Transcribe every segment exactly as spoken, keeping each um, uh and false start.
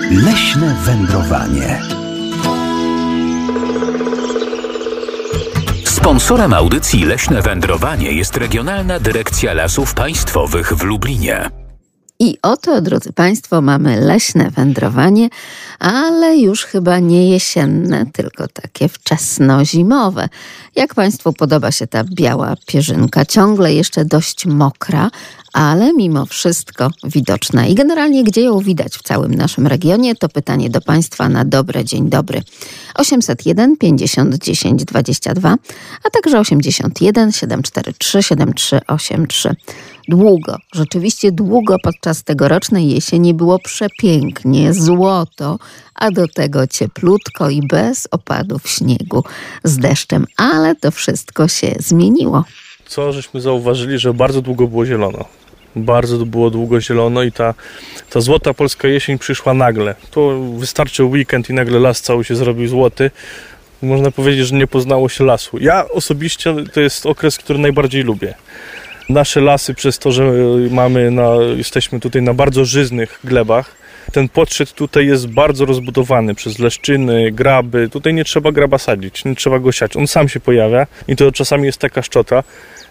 Leśne wędrowanie. Sponsorem audycji Leśne Wędrowanie jest Regionalna Dyrekcja Lasów Państwowych w Lublinie. I oto, drodzy Państwo, mamy leśne wędrowanie, ale już chyba nie jesienne, tylko takie wczesno-zimowe. Jak Państwu podoba się ta biała pierzynka? Ciągle jeszcze dość mokra, ale mimo wszystko widoczna. I generalnie gdzie ją widać w całym naszym regionie? To pytanie do Państwa na dobre, dzień dobry. osiemset jeden pięćdziesiąt dziesięć dwadzieścia dwa, a także osiemdziesiąt jeden siedemset czterdzieści trzy siedemdziesiąt trzy osiemdziesiąt trzy. Długo, rzeczywiście długo podczas tegorocznej jesieni było przepięknie, złoto, a do tego cieplutko i bez opadów śniegu z deszczem, ale to wszystko się zmieniło. Co żeśmy zauważyli, że bardzo długo było zielono. Bardzo było długo zielono i ta, ta złota polska jesień przyszła nagle. To wystarczył weekend i nagle las cały się zrobił złoty. Można powiedzieć, że nie poznało się lasu. Ja osobiście to jest okres, który najbardziej lubię. Nasze lasy, przez to, że mamy na, jesteśmy tutaj na bardzo żyznych glebach, ten podszedł tutaj jest bardzo rozbudowany przez leszczyny, graby. Tutaj nie trzeba graba sadzić, nie trzeba go siać. On sam się pojawia i to czasami jest taka szczota,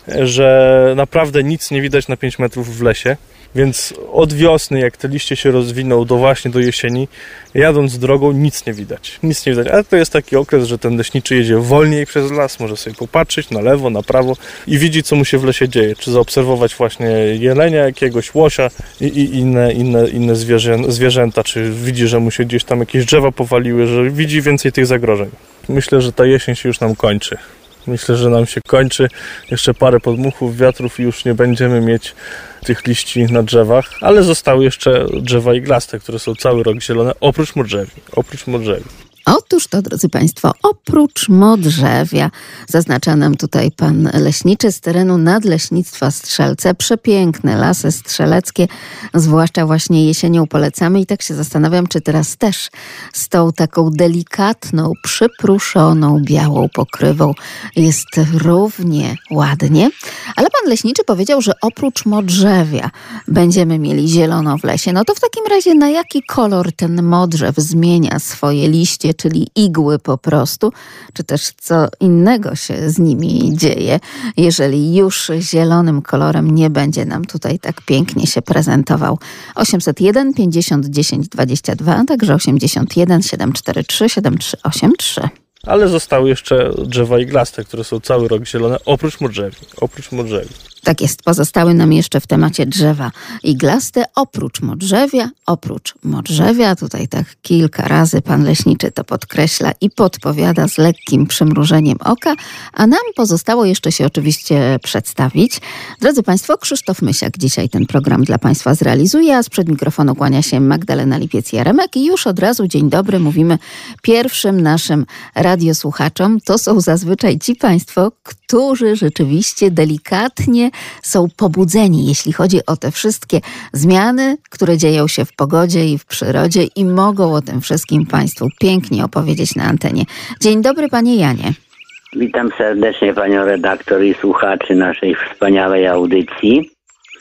że naprawdę nic nie widać na pięć metrów w lesie. Więc od wiosny, jak te liście się rozwiną do właśnie do jesieni, jadąc drogą nic nie widać. Nic nie widać, ale to jest taki okres, że ten leśniczy jedzie wolniej przez las, może sobie popatrzeć na lewo, na prawo i widzi, co mu się w lesie dzieje. Czy zaobserwować właśnie jelenia jakiegoś, łosia i, i inne, inne, inne zwierzę, zwierzęta, czy widzi, że mu się gdzieś tam jakieś drzewa powaliły, że widzi więcej tych zagrożeń. Myślę, że ta jesień się już nam kończy. Myślę, że nam się kończy jeszcze parę podmuchów, wiatrów i już nie będziemy mieć tych liści na drzewach, ale zostały jeszcze drzewa iglaste, które są cały rok zielone, oprócz modrzewi. Oprócz modrzewi. Otóż to, drodzy Państwo, oprócz modrzewia, zaznacza nam tutaj pan leśniczy z terenu Nadleśnictwa Strzelce. Przepiękne lasy strzeleckie, zwłaszcza właśnie jesienią polecamy i tak się zastanawiam, czy teraz też z tą taką delikatną, przypruszoną, białą pokrywą jest równie ładnie. Ale pan leśniczy powiedział, że oprócz modrzewia będziemy mieli zielono w lesie. No to w takim razie na jaki kolor ten modrzew zmienia swoje liście, czyli igły po prostu, czy też co innego się z nimi dzieje, jeżeli już zielonym kolorem nie będzie nam tutaj tak pięknie się prezentował. osiemset jeden pięćdziesiąt dziesięć dwadzieścia dwa, a także osiemdziesiąt jeden siedemset czterdzieści trzy siedemdziesiąt trzy osiemdziesiąt trzy. Ale zostały jeszcze drzewa iglaste, które są cały rok zielone, oprócz modrzewi. Oprócz modrzewi. Tak jest, pozostały nam jeszcze w temacie drzewa iglaste, oprócz modrzewia, oprócz modrzewia, tutaj tak kilka razy pan leśniczy to podkreśla i podpowiada z lekkim przymrużeniem oka, a nam pozostało jeszcze się oczywiście przedstawić. Drodzy Państwo, Krzysztof Mysiak dzisiaj ten program dla Państwa zrealizuje, a sprzed mikrofonu kłania się Magdalena Lipiec-Jaremek i już od razu dzień dobry mówimy pierwszym naszym radiosłuchaczom. To są zazwyczaj ci Państwo, którzy rzeczywiście delikatnie są pobudzeni, jeśli chodzi o te wszystkie zmiany, które dzieją się w pogodzie i w przyrodzie i mogą o tym wszystkim Państwu pięknie opowiedzieć na antenie. Dzień dobry, panie Janie. Witam serdecznie panią redaktor i słuchaczy naszej wspaniałej audycji.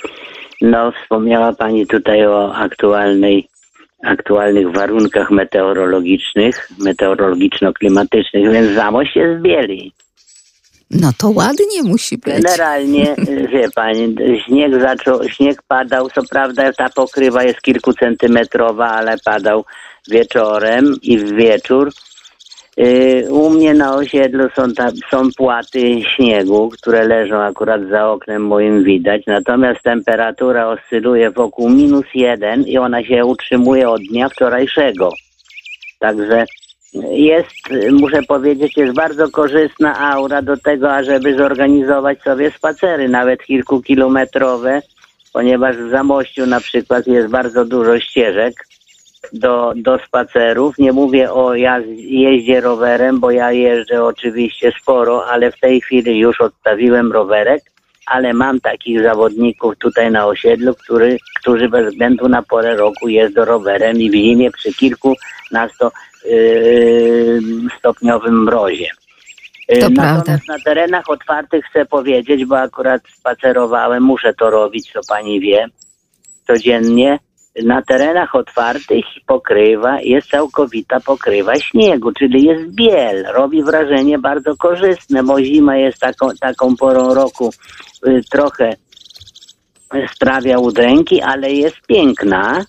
No, wspomniała pani tutaj o aktualnej, aktualnych warunkach meteorologicznych, meteorologiczno-klimatycznych, więc Zamość jest bieli. No to ładnie musi być. Generalnie, wie pani, śnieg zaczął, śnieg padał, co prawda ta pokrywa jest kilkucentymetrowa, ale padał wieczorem i w wieczór. U mnie na osiedlu są, ta, są płaty śniegu, które leżą akurat za oknem moim widać, natomiast temperatura oscyluje wokół minus jeden i ona się utrzymuje od dnia wczorajszego. Także jest, muszę powiedzieć, jest bardzo korzystna aura do tego, ażeby zorganizować sobie spacery, nawet kilkukilometrowe, ponieważ w Zamościu na przykład jest bardzo dużo ścieżek do, do spacerów. Nie mówię o jazd, jeździe rowerem, bo ja jeżdżę oczywiście sporo, ale w tej chwili już odstawiłem rowerek, ale mam takich zawodników tutaj na osiedlu, który, którzy bez względu na porę roku jeżdżą rowerem i w zimie przy kilkunasto Yy, stopniowym mrozie. To Natomiast prawda. na terenach otwartych chcę powiedzieć, bo akurat spacerowałem, muszę to robić, co pani wie, codziennie. na terenach otwartych pokrywa, jest całkowita pokrywa śniegu, czyli jest biel. Robi wrażenie bardzo korzystne, bo zima jest taką, taką porą roku y, trochę sprawia udręki, ale jest piękna.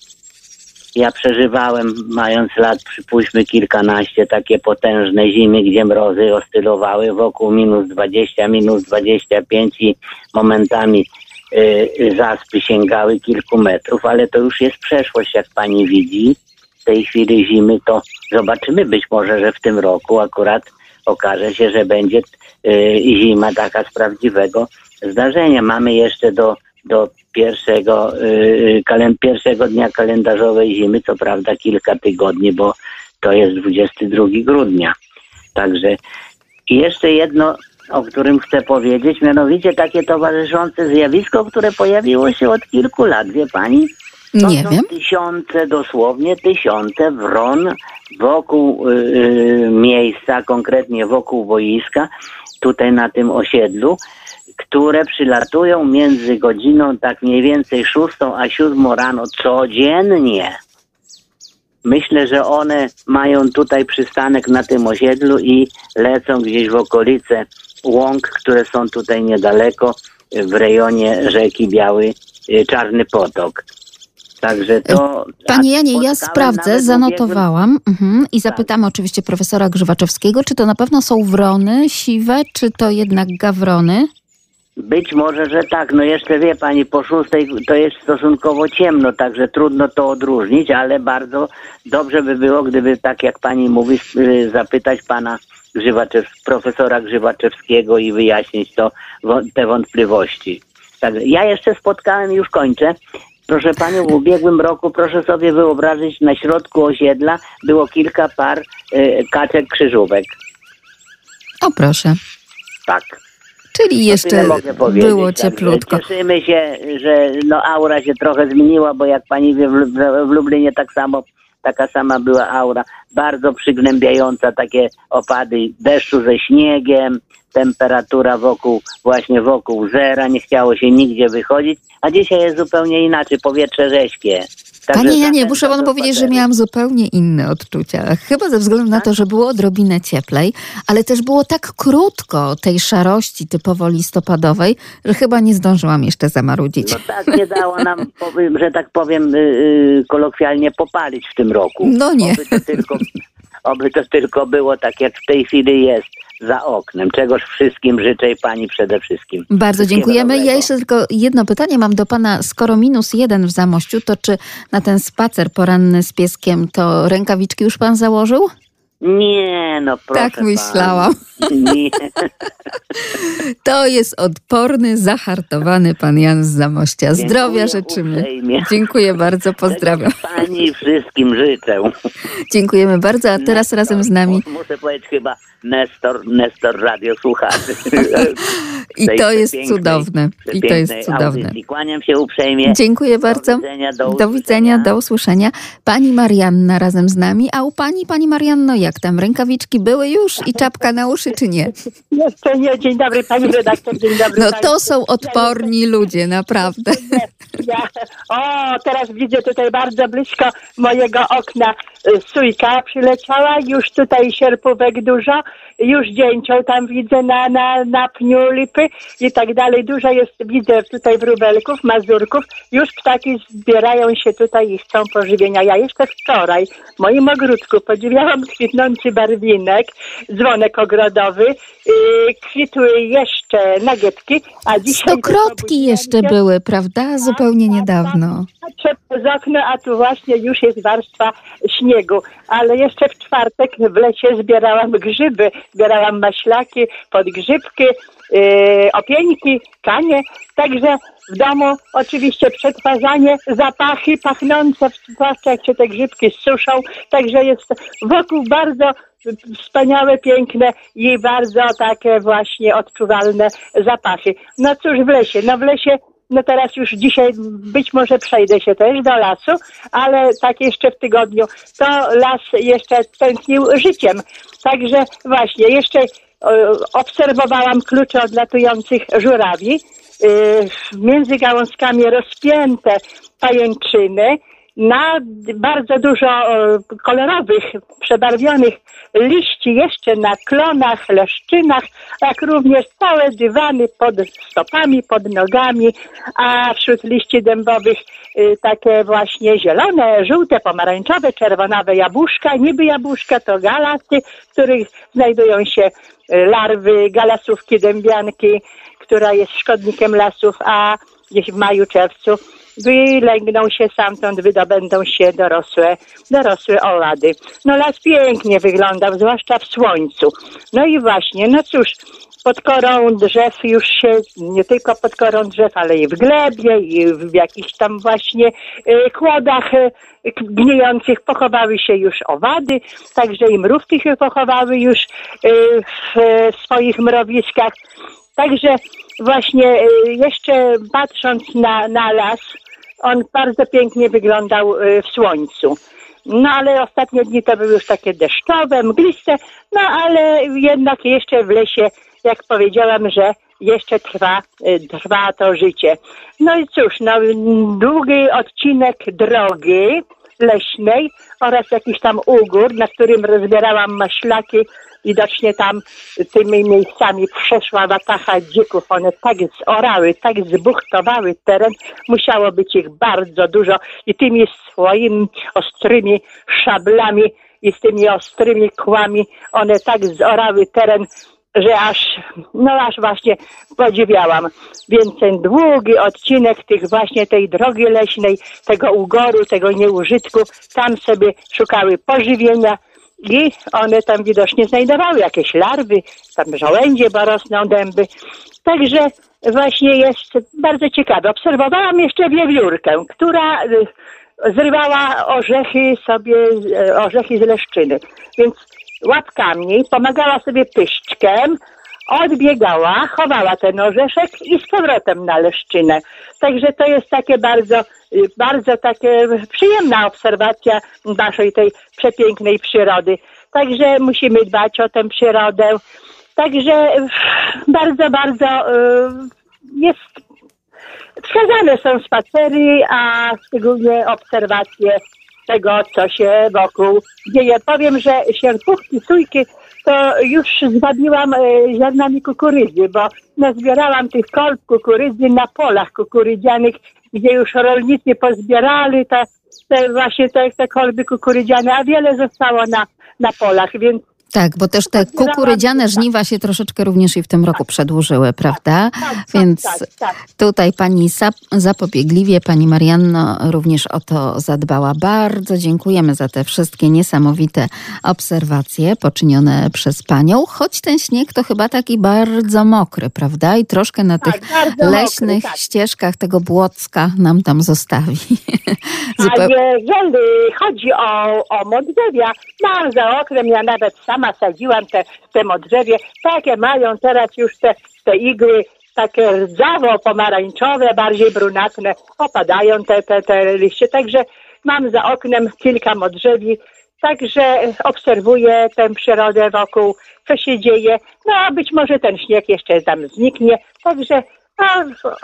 Ja przeżywałem, mając lat, przypuśćmy kilkanaście, takie potężne zimy, gdzie mrozy oscylowały wokół minus dwadzieścia, minus dwadzieścia pięć i momentami y, zaspy sięgały kilku metrów, ale to już jest przeszłość, jak pani widzi. W tej chwili zimy to zobaczymy, być może, że w tym roku akurat okaże się, że będzie y, zima taka z prawdziwego zdarzenia. Mamy jeszcze do do pierwszego, yy, kalend- pierwszego dnia kalendarzowej zimy, co prawda kilka tygodni, bo to jest dwudziestego drugiego grudnia. Także i jeszcze jedno, o którym chcę powiedzieć, mianowicie takie towarzyszące zjawisko, które pojawiło się od kilku lat, wie pani? To Nie są wiem. tysiące, dosłownie tysiące wron wokół yy, miejsca, konkretnie wokół boiska, tutaj na tym osiedlu, które przylatują między godziną tak mniej więcej szóstą a siódmą rano codziennie. Myślę, że one mają tutaj przystanek na tym osiedlu i lecą gdzieś w okolice łąk, które są tutaj niedaleko w rejonie rzeki Biały, Czarny Potok. Także to... Panie Janie, ja sprawdzę, nawet zanotowałam mhm, i zapytam oczywiście profesora Grzywaczewskiego, czy to na pewno są wrony siwe, czy to jednak gawrony? Być może, że tak. No jeszcze wie pani, po szóstej to jest stosunkowo ciemno, także trudno to odróżnić, ale bardzo dobrze by było, gdyby, tak jak pani mówi, zapytać pana Grzywaczew, profesora Grzywaczewskiego i wyjaśnić to, te wątpliwości. Także ja jeszcze spotkałem, już kończę. Proszę panią, w ubiegłym roku, proszę sobie wyobrazić, na środku osiedla było kilka par y, kaczek krzyżówek. O proszę. Tak. Czyli jeszcze było tak, cieplutko. Cieszymy się, że no aura się trochę zmieniła, bo jak pani wie, w, w Lublinie tak samo, taka sama była aura. Bardzo przygnębiająca, takie opady deszczu ze śniegiem, temperatura wokół, właśnie wokół zera, nie chciało się nigdzie wychodzić, a dzisiaj jest zupełnie inaczej, powietrze rześkie. Także Panie Janie, muszę panu powiedzieć, że miałam zupełnie inne odczucia. Chyba ze względu na to, że było odrobinę cieplej, ale też było tak krótko tej szarości typowo listopadowej, że chyba nie zdążyłam jeszcze zamarudzić. No tak, nie dało nam, powiem, że tak powiem, yy, kolokwialnie popalić w tym roku. No nie. Oby to tylko, oby to tylko było tak, jak w tej chwili jest. Za oknem. Czegoż wszystkim życzę i pani przede wszystkim. Bardzo dziękujemy. Ja jeszcze tylko jedno pytanie mam do pana. Skoro minus jeden w Zamościu, to czy na ten spacer poranny z pieskiem to rękawiczki już pan założył? Nie, no proszę. Tak myślałam. Nie. To jest odporny, zahartowany pan Jan z Zamościa. Zdrowia życzymy. Uprzejmie. Dziękuję bardzo, pozdrawiam. Pani wszystkim życzę. Dziękujemy bardzo, a teraz Nestor, razem z nami... Muszę powiedzieć chyba Nestor, Nestor Radio słuchaczy. I to jest cudowne. I to jest cudowne. Audycji. Kłaniam się uprzejmie. Dziękuję bardzo. Do widzenia, do, do widzenia, do usłyszenia. Pani Marianna razem z nami. A u pani, pani Marianno, jak tam? Rękawiczki były już i czapka na uszy, czy nie? Jeszcze nie. Dzień dobry pani redaktor, dzień dobry. No pani. to są odporni ludzie, naprawdę. Ja, o, teraz widzę tutaj bardzo blisko mojego okna sójka przyleciała, już tutaj sierpówek dużo, już dzięcioł tam widzę na, na, na pniu lipy i tak dalej. Dużo jest, widzę tutaj wróbelków, mazurków, już ptaki zbierają się tutaj i chcą pożywienia. Ja jeszcze wczoraj w moim ogródku podziwiałam kwitnący barwinek, dzwonek ogrodowy, yy, kwitły jeszcze nagietki, a dzisiaj... Stokrotki jeszcze były, prawda? Zupełnie niedawno. Patrzę przez okno, a tu właśnie już jest warstwa śniegu, ale jeszcze w czwartek w lesie zbierałam grzyby, zbierałam maślaki, podgrzybki, yy, opieńki, kanie, także w domu oczywiście przetwarzanie, zapachy pachnące, zwłaszcza jak się te grzybki suszą, także jest wokół bardzo wspaniałe, piękne i bardzo takie właśnie odczuwalne zapachy. No cóż w lesie, no w lesie no teraz już dzisiaj być może przejdę się też do lasu, ale tak jeszcze w tygodniu, to las jeszcze tętnił życiem. Także właśnie jeszcze o, obserwowałam klucze odlatujących żurawi między gałązkami rozpięte pajęczyny, na bardzo dużo kolorowych, przebarwionych liści jeszcze na klonach, leszczynach, jak również całe dywany pod stopami, pod nogami, a wśród liści dębowych takie właśnie zielone, żółte, pomarańczowe, czerwonawe jabłuszka, niby jabłuszka to galasy, w których znajdują się larwy galasówki dębianki, która jest szkodnikiem lasów, a gdzieś w maju, czerwcu wylęgną się stamtąd, wydobędą się dorosłe, dorosłe owady. No las pięknie wyglądał, zwłaszcza w słońcu. No i właśnie, no cóż, pod korą drzew już się, nie tylko pod korą drzew, ale i w glebie, i w jakichś tam właśnie y, kłodach y, gnijących pochowały się już owady, także i mrówki się pochowały już y, w, w swoich mrowiskach. Także właśnie y, jeszcze patrząc na, na las, on bardzo pięknie wyglądał y, w słońcu. No ale ostatnie dni to były już takie deszczowe, mgliste, no ale jednak jeszcze w lesie, jak powiedziałam, że jeszcze trwa, trwa to życie. No i cóż, no długi odcinek drogi leśnej oraz jakiś tam ugór, na którym rozbierałam maślaki. Widocznie tam tymi miejscami przeszła watacha dzików. One tak zorały, tak zbuchtowały teren. Musiało być ich bardzo dużo i tymi swoimi ostrymi szablami i z tymi ostrymi kłami one tak zorały teren, że aż, no aż właśnie podziwiałam. Więc ten długi odcinek tych właśnie tej drogi leśnej, tego ugoru, tego nieużytku, tam sobie szukały pożywienia i one tam widocznie znajdowały jakieś larwy, tam żołędzie, bo rosną dęby. Także właśnie jest bardzo ciekawe. Obserwowałam jeszcze wiewiórkę, która zrywała orzechy sobie, orzechy z leszczyny. Więc łapkami pomagała sobie pyszczkiem, odbiegała, chowała ten orzeszek i z powrotem na leszczynę. Także to jest takie bardzo, bardzo takie przyjemna obserwacja naszej tej przepięknej przyrody. Także musimy dbać o tę przyrodę. Także bardzo, bardzo jest, wskazane są spacery, a szczególnie obserwacje tego, co się wokół dzieje. Powiem, że sierpówki, sójki to już zwabiłam e, ziarnami kukurydzy, bo nazbierałam tych kolb kukurydzy na polach kukurydzianych, gdzie już rolnicy pozbierali te, te właśnie te, te kolby kukurydziane, a wiele zostało na, na polach, więc tak, bo też te kukurydziane żniwa się troszeczkę również i w tym roku przedłużyły, prawda? Tak, tak, Więc tak, tak. tutaj pani zapobiegliwie, pani Marianno również o to zadbała. Bardzo dziękujemy za te wszystkie niesamowite obserwacje poczynione przez panią, choć ten śnieg to chyba taki bardzo mokry, prawda? I troszkę na Tak, tych bardzo leśnych mokry, tak. ścieżkach tego Błocka nam tam zostawi. A Zupeł... jeżeli chodzi o, o modrzewia, mam za oknem, ja nawet sama sadziłam te, te modrzewie, takie mają teraz już te, te igły, takie rdzawo-pomarańczowe, bardziej brunatne, opadają te, te, te liście, także mam za oknem kilka modrzewi, także obserwuję tę przyrodę wokół, co się dzieje, no a być może ten śnieg jeszcze tam zniknie, także a,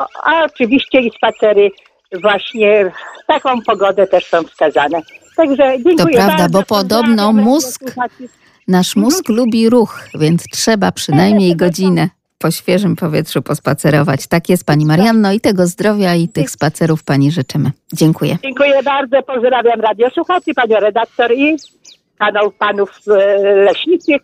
a oczywiście i spacery właśnie w taką pogodę też są wskazane. Także dziękuję To prawda, bardzo, bo podobno mózg, nasz mózg lubi ruch, więc trzeba przynajmniej godzinę po świeżym powietrzu pospacerować. Tak jest, pani Marianno, i tego zdrowia, i tych spacerów pani życzymy. Dziękuję. Dziękuję bardzo, pozdrawiam radiosłuchaczy, panią redaktor i panów, panów leśniczych.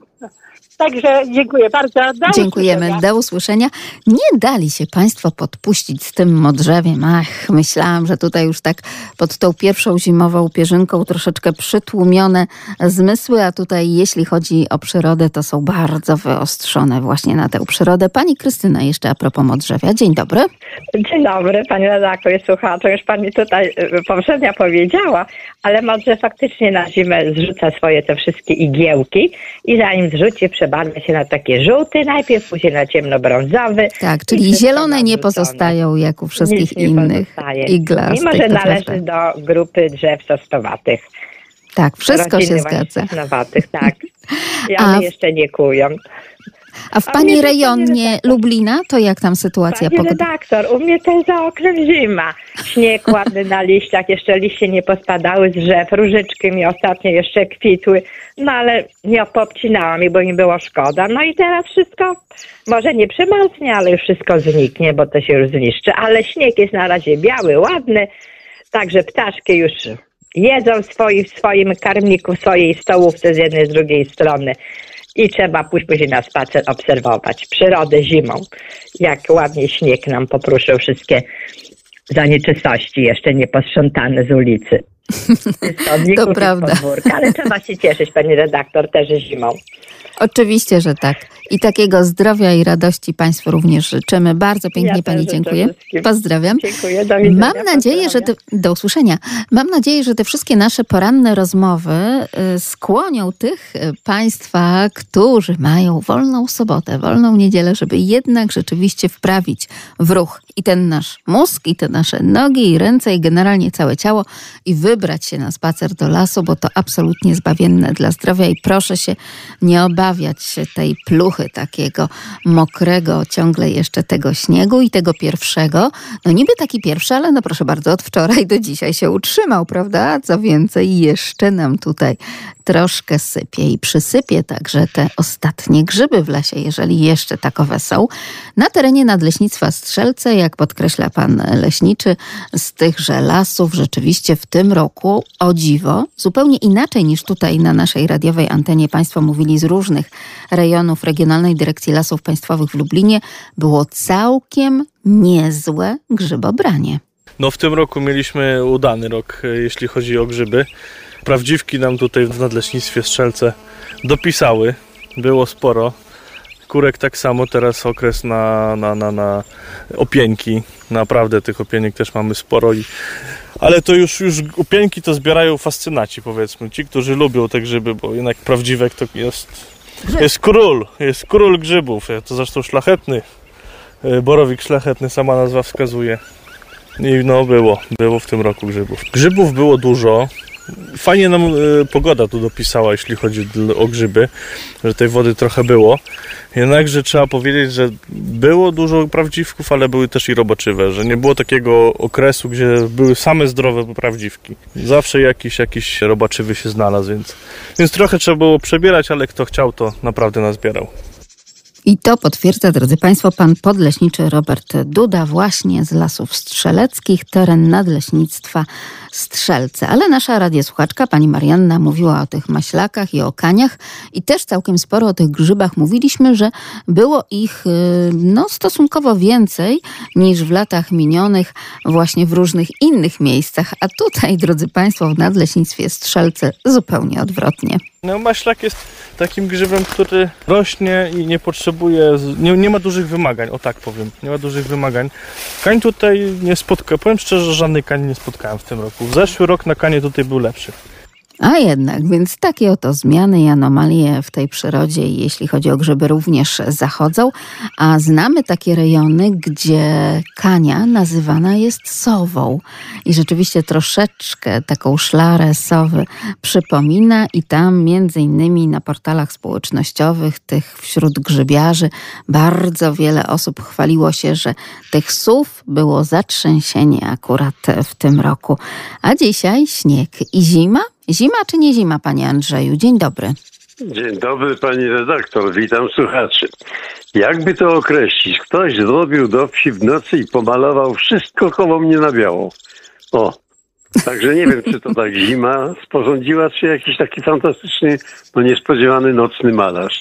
Także dziękuję bardzo. Do Dziękujemy. usłyszenia. Do usłyszenia. Nie dali się państwo podpuścić z tym modrzewiem. Ach, myślałam, że tutaj już tak pod tą pierwszą zimową pierzynką troszeczkę przytłumione zmysły, a tutaj jeśli chodzi o przyrodę, to są bardzo wyostrzone właśnie na tę przyrodę. Pani Krystyna jeszcze a propos modrzewia. Dzień dobry. Dzień dobry, pani redaktor i słuchacze. Już pani tutaj poprzednia powiedziała, ale modrze faktycznie na zimę zrzuca swoje te wszystkie igiełki i zanim zrzuci, przebarwia się na takie żółty, najpierw później na ciemnobrązowy. Tak, czyli zielone nie pozostają jak u wszystkich Nic nie innych pozostaje. iglastych. Mimo, że to należy prawda. do grupy drzew sosnowatych. Tak, wszystko Rodziny się właśnie zgadza. sosnowatych, tak. I A one w- jeszcze nie kują. A w A pani mnie to, rejonie pani redaktor. Lublina, to jak tam sytuacja Panie pogodowa? redaktor, u mnie też za oknem zima. Śnieg ładny na liściach, jeszcze liście nie pospadały z drzew, różyczki mi ostatnio jeszcze kwitły, no ale nie popcinałam ich, bo mi było szkoda. No i teraz wszystko, może nie przemarznie, ale już wszystko zniknie, bo to się już zniszczy. Ale śnieg jest na razie biały, ładny, także ptaszki już jedzą swoi, w swoim karmniku, w swojej stołówce z jednej, z drugiej strony. I trzeba pójść później na spacer obserwować przyrodę zimą. Jak ładnie śnieg nam popruszył wszystkie zanieczystości jeszcze nie posprzątane z ulicy. To prawda. Podwórka, ale trzeba się cieszyć, pani redaktor, też zimą. Oczywiście, że tak. I takiego zdrowia i radości Państwu również życzymy. Bardzo pięknie Ja Pani też życzę dziękuję. wszystkim. Pozdrawiam. Dziękuję, do widzenia. Mam nadzieję, że te, do usłyszenia. Mam nadzieję, że te wszystkie nasze poranne rozmowy y, skłonią tych y, Państwa, którzy mają wolną sobotę, wolną niedzielę, żeby jednak rzeczywiście wprawić w ruch i ten nasz mózg, i te nasze nogi, i ręce, i generalnie całe ciało i wybrać się na spacer do lasu, bo to absolutnie zbawienne dla zdrowia i proszę się nie obawiać się tej pluchy takiego mokrego, ciągle jeszcze tego śniegu i tego pierwszego. No niby taki pierwszy, ale no proszę bardzo, od wczoraj do dzisiaj się utrzymał, prawda? Co więcej, jeszcze nam tutaj troszkę sypie i przysypie także te ostatnie grzyby w lesie, jeżeli jeszcze takowe są. Na terenie Nadleśnictwa Strzelce, jak podkreśla pan leśniczy, z tychże lasów rzeczywiście w tym roku, o dziwo, zupełnie inaczej niż tutaj na naszej radiowej antenie państwo mówili z różnych rejonów Regionalnej Dyrekcji Lasów Państwowych w Lublinie, było całkiem niezłe grzybobranie. No w tym roku mieliśmy udany rok, jeśli chodzi o grzyby. Prawdziwki nam tutaj w Nadleśnictwie Strzelce dopisały. Było sporo. Kurek tak samo, teraz okres na, na, na, na opieńki. Naprawdę tych opieńek też mamy sporo. I... Ale to już, już opieńki to zbierają fascynaci, powiedzmy. Ci, którzy lubią te grzyby, bo jednak prawdziwek to jest, jest król. Jest król grzybów. To zresztą szlachetny. Borowik szlachetny, sama nazwa wskazuje. I no było, było w tym roku grzybów. Grzybów było dużo. Fajnie nam y, pogoda tu dopisała, jeśli chodzi o grzyby, że tej wody trochę było. Jednakże trzeba powiedzieć, że było dużo prawdziwków, ale były też i robaczywe, że nie było takiego okresu, gdzie były same zdrowe prawdziwki. Zawsze jakiś, jakiś robaczywy się znalazł, więc, więc trochę trzeba było przebierać, ale kto chciał, to naprawdę nazbierał. I to potwierdza, drodzy Państwo, pan podleśniczy Robert Duda właśnie z Lasów Strzeleckich, teren Nadleśnictwa Strzelce. Ale nasza radiosłuchaczka, pani Marianna, mówiła o tych maślakach i o kaniach i też całkiem sporo o tych grzybach mówiliśmy, że było ich no, stosunkowo więcej niż w latach minionych właśnie w różnych innych miejscach. A tutaj, drodzy Państwo, w Nadleśnictwie Strzelce zupełnie odwrotnie. No, maślak jest takim grzybem, który rośnie i nie potrzebuje, nie, nie ma dużych wymagań, o tak powiem, nie ma dużych wymagań. Kań tutaj nie spotkałem, powiem szczerze, że żadnej kani nie spotkałem w tym roku. W zeszły rok na kanie tutaj był lepszy. A jednak, więc takie oto zmiany i anomalie w tej przyrodzie, jeśli chodzi o grzyby, również zachodzą. A znamy takie rejony, gdzie kania nazywana jest sową. I rzeczywiście troszeczkę taką szlarę sowy przypomina i tam między innymi na portalach społecznościowych, tych wśród grzybiarzy, bardzo wiele osób chwaliło się, że tych sów było zatrzęsienie akurat w tym roku. A dzisiaj śnieg i zima? Zima czy nie zima, panie Andrzeju? Dzień dobry. Dzień dobry, pani redaktor. Witam słuchaczy. Jakby to określić? Ktoś zrobił do wsi w nocy i pomalował wszystko koło mnie na biało. O, także nie wiem, czy to tak zima sporządziła, czy jakiś taki fantastyczny, no niespodziewany nocny malarz.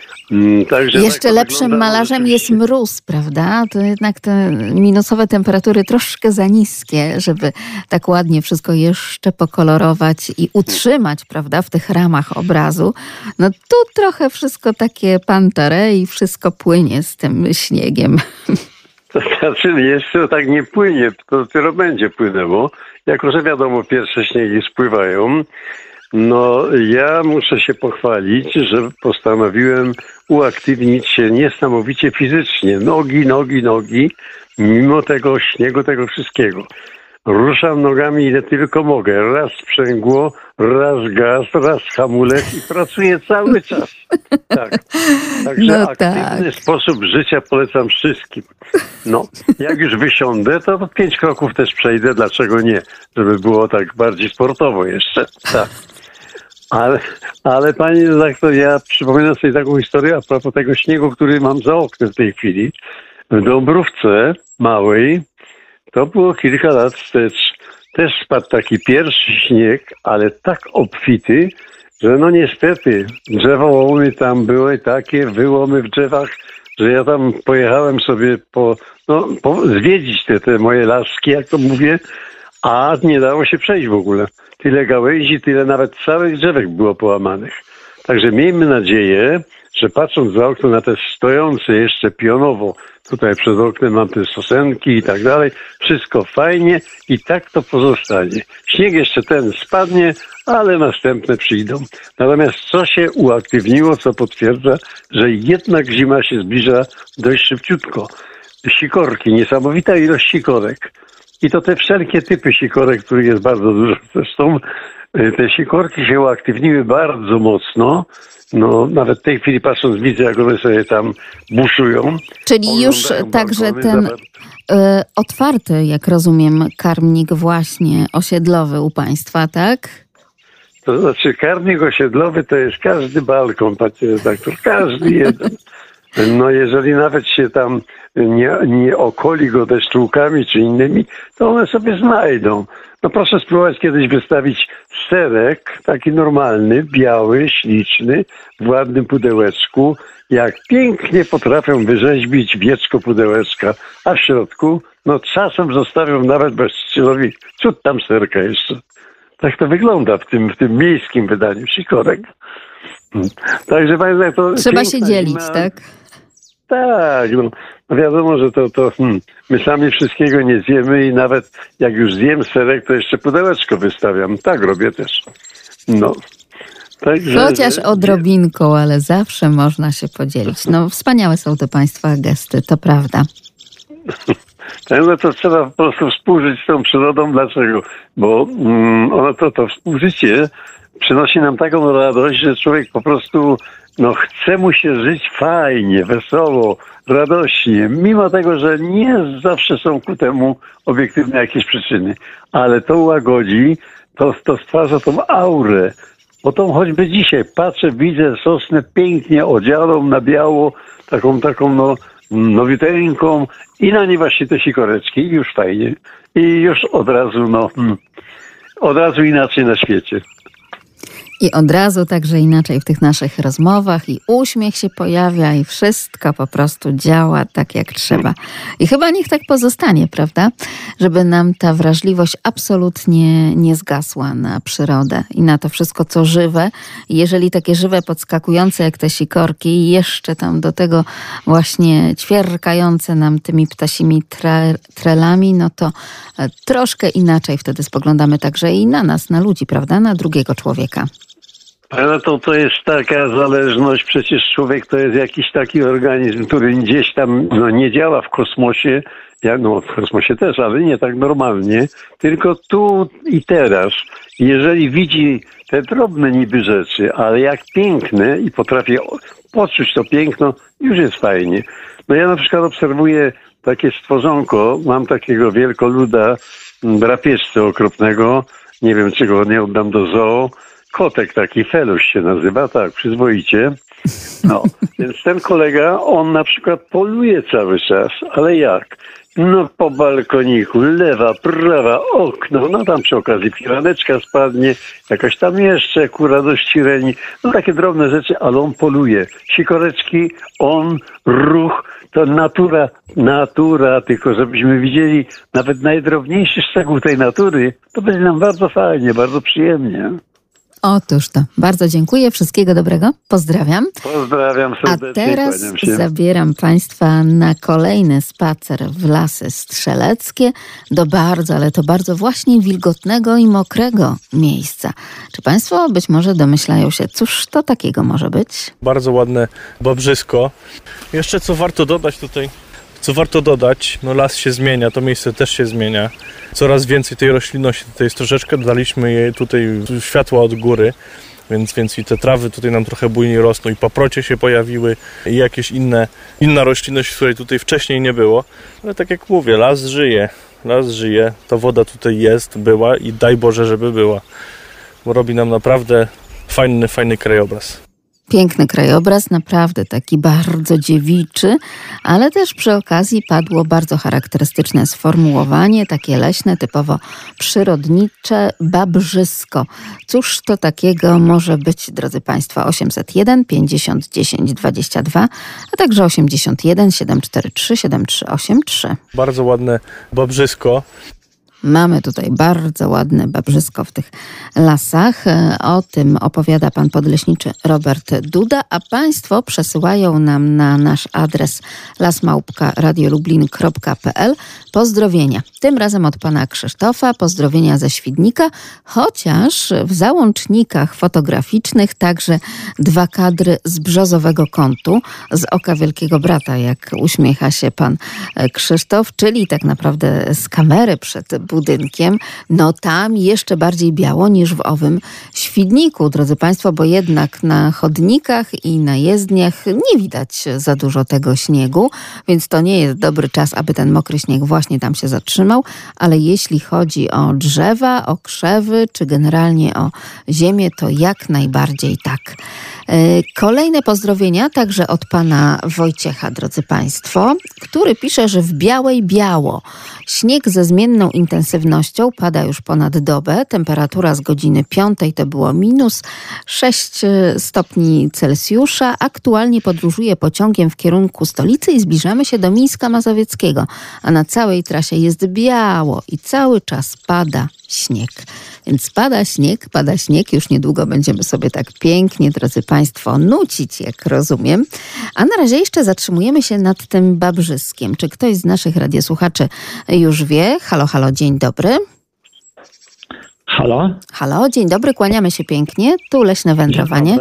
Także Jeszcze tak lepszym malarzem jest mróz, prawda? To jednak te minusowe temperatury troszkę za niskie, żeby tak ładnie wszystko jeszcze pokolorować i utrzymać, prawda, w tych ramach obrazu. No tu trochę wszystko takie pantare i wszystko płynie z tym śniegiem. To znaczy jeszcze tak nie płynie, to dopiero będzie płynęło. Jako że wiadomo, pierwsze śniegi spływają. No, ja muszę się pochwalić, że postanowiłem uaktywnić się niesamowicie fizycznie. Nogi, nogi, nogi, mimo tego śniegu, tego wszystkiego. ruszam nogami ile tylko mogę. Raz sprzęgło, raz gaz, raz hamulec i pracuję cały czas. Tak. Także No aktywny tak. sposób życia polecam wszystkim. No, jak już wysiądę, to pięć kroków też przejdę, dlaczego nie? Żeby było tak bardziej sportowo jeszcze. Tak. Ale, ale panie redaktor, ja przypominam sobie taką historię a propos tego śniegu, który mam za oknem w tej chwili. W Dąbrówce Małej, to było kilka lat wstecz, też spadł taki pierwszy śnieg, ale tak obfity, że no niestety drzewołomy tam były takie, wyłomy w drzewach, że ja tam pojechałem sobie po, no, po zwiedzić te, te moje laski, jak to mówię, a nie dało się przejść w ogóle. Tyle gałęzi, tyle nawet całych drzewek było połamanych. Także miejmy nadzieję, że patrząc za okno na te stojące jeszcze pionowo, tutaj przed oknem mam te sosenki i tak dalej, wszystko fajnie i tak to pozostanie. Śnieg jeszcze ten spadnie, ale następne przyjdą. Natomiast co się uaktywniło, co potwierdza, że jednak zima się zbliża dość szybciutko. Sikorki, niesamowita ilość sikorek. I to te wszelkie typy sikorek, których jest bardzo dużo. Zresztą te sikorki się uaktywniły bardzo mocno. No, nawet w tej chwili patrząc widzę, jak one sobie tam buszują. Czyli już Oglądają także balkony, ten zobacz. y, otwarty, jak rozumiem, karmnik właśnie osiedlowy u państwa, tak? To znaczy karmnik osiedlowy to jest każdy balkon, panie redaktor, każdy jeden. No jeżeli nawet się tam nie, nie okoli go deszczułkami czy innymi, to one sobie znajdą. No proszę spróbować kiedyś wystawić serek, taki normalny, biały, śliczny, w ładnym pudełeczku. Jak pięknie potrafią wyrzeźbić wieczko pudełeczka, a w środku, no czasem zostawią nawet bezstrzelowi cud tam serka jeszcze. Tak to wygląda w tym, w tym miejskim wydaniu sikorek. Także panie, to Trzeba się piękna dzielić, zima. tak? Tak, no, no wiadomo, że to, to hmm, my sami wszystkiego nie zjemy i nawet jak już zjem serek, to jeszcze pudełeczko wystawiam. Tak robię też. No. Także, Chociaż że- odrobinką, ale zawsze można się podzielić. No wspaniałe są to państwa gesty, to prawda. No to trzeba po prostu współżyć z tą przyrodą. Dlaczego? Bo mm, ono to, to współżycie przynosi nam taką radość, że człowiek po prostu no, chce mu się żyć fajnie, wesoło, radośnie, mimo tego, że nie zawsze są ku temu obiektywne jakieś przyczyny. Ale to łagodzi, to, to stwarza tą aurę. O tą choćby dzisiaj patrzę, widzę sosnę pięknie odzianą na biało, taką, taką no, nowiuteńką i na niej właśnie te sikoreczki i już fajnie. I już od razu, no, hmm, od razu inaczej na świecie. I od razu także inaczej w tych naszych rozmowach i uśmiech się pojawia i wszystko po prostu działa tak jak trzeba. I chyba niech tak pozostanie, prawda? Żeby nam ta wrażliwość absolutnie nie zgasła na przyrodę i na to wszystko, co żywe. I jeżeli takie żywe, podskakujące jak te sikorki i jeszcze tam do tego właśnie ćwierkające nam tymi ptasimi tre, trelami, no to e, troszkę inaczej wtedy spoglądamy także i na nas, na ludzi, prawda? Na drugiego człowieka. Ale to, to jest taka zależność, przecież człowiek to jest jakiś taki organizm, który gdzieś tam no, nie działa w kosmosie, ja, no w kosmosie też, ale nie tak normalnie, tylko tu i teraz. Jeżeli widzi te drobne niby rzeczy, ale jak piękne i potrafi poczuć to piękno, już jest fajnie. No ja na przykład obserwuję takie stworzonko, mam takiego wielkoluda, drapieżcę okropnego, nie wiem czy go nie oddam do zoo, kotek taki, Feluś się nazywa, tak, przyzwoicie. No, więc ten kolega, on na przykład poluje cały czas, ale jak? No po balkoniku, lewa, prawa, okno, no tam przy okazji firaneczka spadnie, jakaś tam jeszcze ku radości reni, no takie drobne rzeczy, ale on poluje. Sikoreczki, on, ruch, to natura, natura, tylko żebyśmy widzieli nawet najdrobniejszy szczegół tej natury, to będzie nam bardzo fajnie, bardzo przyjemnie. Otóż to. Bardzo dziękuję. Wszystkiego dobrego. Pozdrawiam. Pozdrawiam A serdecznie, teraz kłaniam się. zabieram Państwa na kolejny spacer w Lasy Strzeleckie do bardzo, ale to bardzo właśnie wilgotnego i mokrego miejsca. Czy Państwo być może domyślają się, cóż to takiego może być? Bardzo ładne bobrzysko. Jeszcze co warto dodać tutaj, Co warto dodać, no las się zmienia, to miejsce też się zmienia. Coraz więcej tej roślinności tutaj jest troszeczkę, daliśmy jej tutaj światła od góry, więc, więc i te trawy tutaj nam trochę bujniej rosną i paprocie się pojawiły i jakieś inne, inna roślinność, której tutaj wcześniej nie było. Ale tak jak mówię, las żyje, las żyje, ta woda tutaj jest, była i daj Boże, żeby była, bo robi nam naprawdę fajny, fajny krajobraz. Piękny krajobraz, naprawdę taki bardzo dziewiczy, ale też przy okazji padło bardzo charakterystyczne sformułowanie, takie leśne, typowo przyrodnicze, babrzysko. Cóż to takiego może być, drodzy Państwo? osiemset jeden pięćdziesiąt dziesięć dwadzieścia dwa, a także osiemdziesiąt jeden siedemset czterdzieści trzy siedem trzy osiem trzy. Bardzo ładne babrzysko. Mamy tutaj bardzo ładne babrzysko w tych lasach. O tym opowiada pan podleśniczy Robert Duda, a państwo przesyłają nam na nasz adres las małpka radiolublin kropka p l pozdrowienia. Tym razem od pana Krzysztofa, pozdrowienia ze Świdnika, chociaż w załącznikach fotograficznych także dwa kadry z brzozowego kątu, z oka Wielkiego Brata, jak uśmiecha się pan Krzysztof, czyli tak naprawdę z kamery przed budynkiem, no tam jeszcze bardziej biało niż w owym Świdniku, drodzy Państwo, bo jednak na chodnikach i na jezdniach nie widać za dużo tego śniegu, więc to nie jest dobry czas, aby ten mokry śnieg właśnie tam się zatrzymał, ale jeśli chodzi o drzewa, o krzewy, czy generalnie o ziemię, to jak najbardziej tak. Kolejne pozdrowienia także od pana Wojciecha, drodzy Państwo, który pisze, że w Białej biało. Śnieg ze zmienną intensywnością pada już ponad dobę. Temperatura z godziny piątej to było minus sześć stopni Celsjusza. Aktualnie podróżuję pociągiem w kierunku stolicy i zbliżamy się do Mińska Mazowieckiego. A na całej trasie jest biało i cały czas pada śnieg. Więc pada śnieg, pada śnieg. Już niedługo będziemy sobie tak pięknie, drodzy Państwo, nucić, jak rozumiem. A na razie jeszcze zatrzymujemy się nad tym babrzyskiem. Czy ktoś z naszych radiosłuchaczy już wie? Halo, halo, dzień dobry. Halo? Halo, dzień dobry, kłaniamy się pięknie. Tu Leśne Wędrowanie.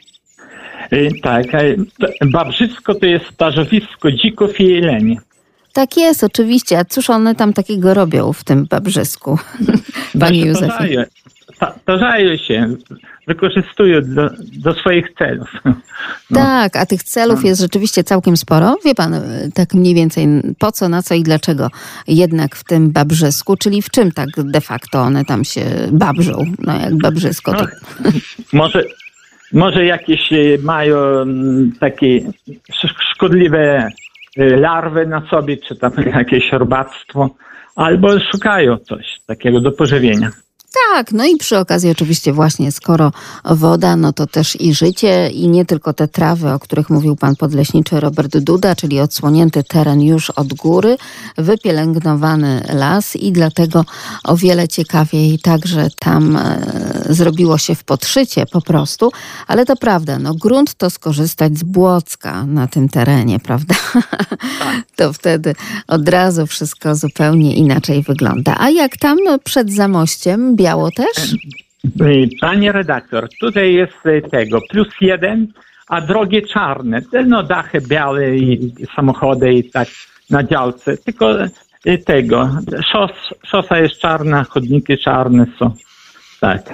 Tak, babrzysko to jest starzowisko dzików i jeleni. Tak jest, oczywiście. A cóż one tam takiego robią w tym babrzysku, panie Józefie? Tarzają się, wykorzystują do, do swoich celów. No. Tak, a tych celów jest rzeczywiście całkiem sporo. Wie pan tak mniej więcej po co, na co i dlaczego jednak w tym babrzysku, czyli w czym tak de facto one tam się babrzą, no jak babrzysko. To... No, może, może jakieś mają takie szkodliwe larwy na sobie, czy tam jakieś robactwo, albo szukają coś takiego do pożywienia. Tak, no i przy okazji oczywiście właśnie skoro woda, no to też i życie i nie tylko te trawy, o których mówił pan podleśniczy Robert Duda, czyli odsłonięty teren już od góry, wypielęgnowany las i dlatego o wiele ciekawiej także tam e, zrobiło się w podszycie po prostu, ale to prawda, no grunt to skorzystać z błocka na tym terenie, prawda? To wtedy od razu wszystko zupełnie inaczej wygląda. A jak tam przed Zamościem, biało też? Panie redaktor, tutaj jest tego plus jeden, a drogie czarne. No dachy białe i samochody i tak na działce. Tylko tego, szos, szosa jest czarna, chodniki czarne są. Tak.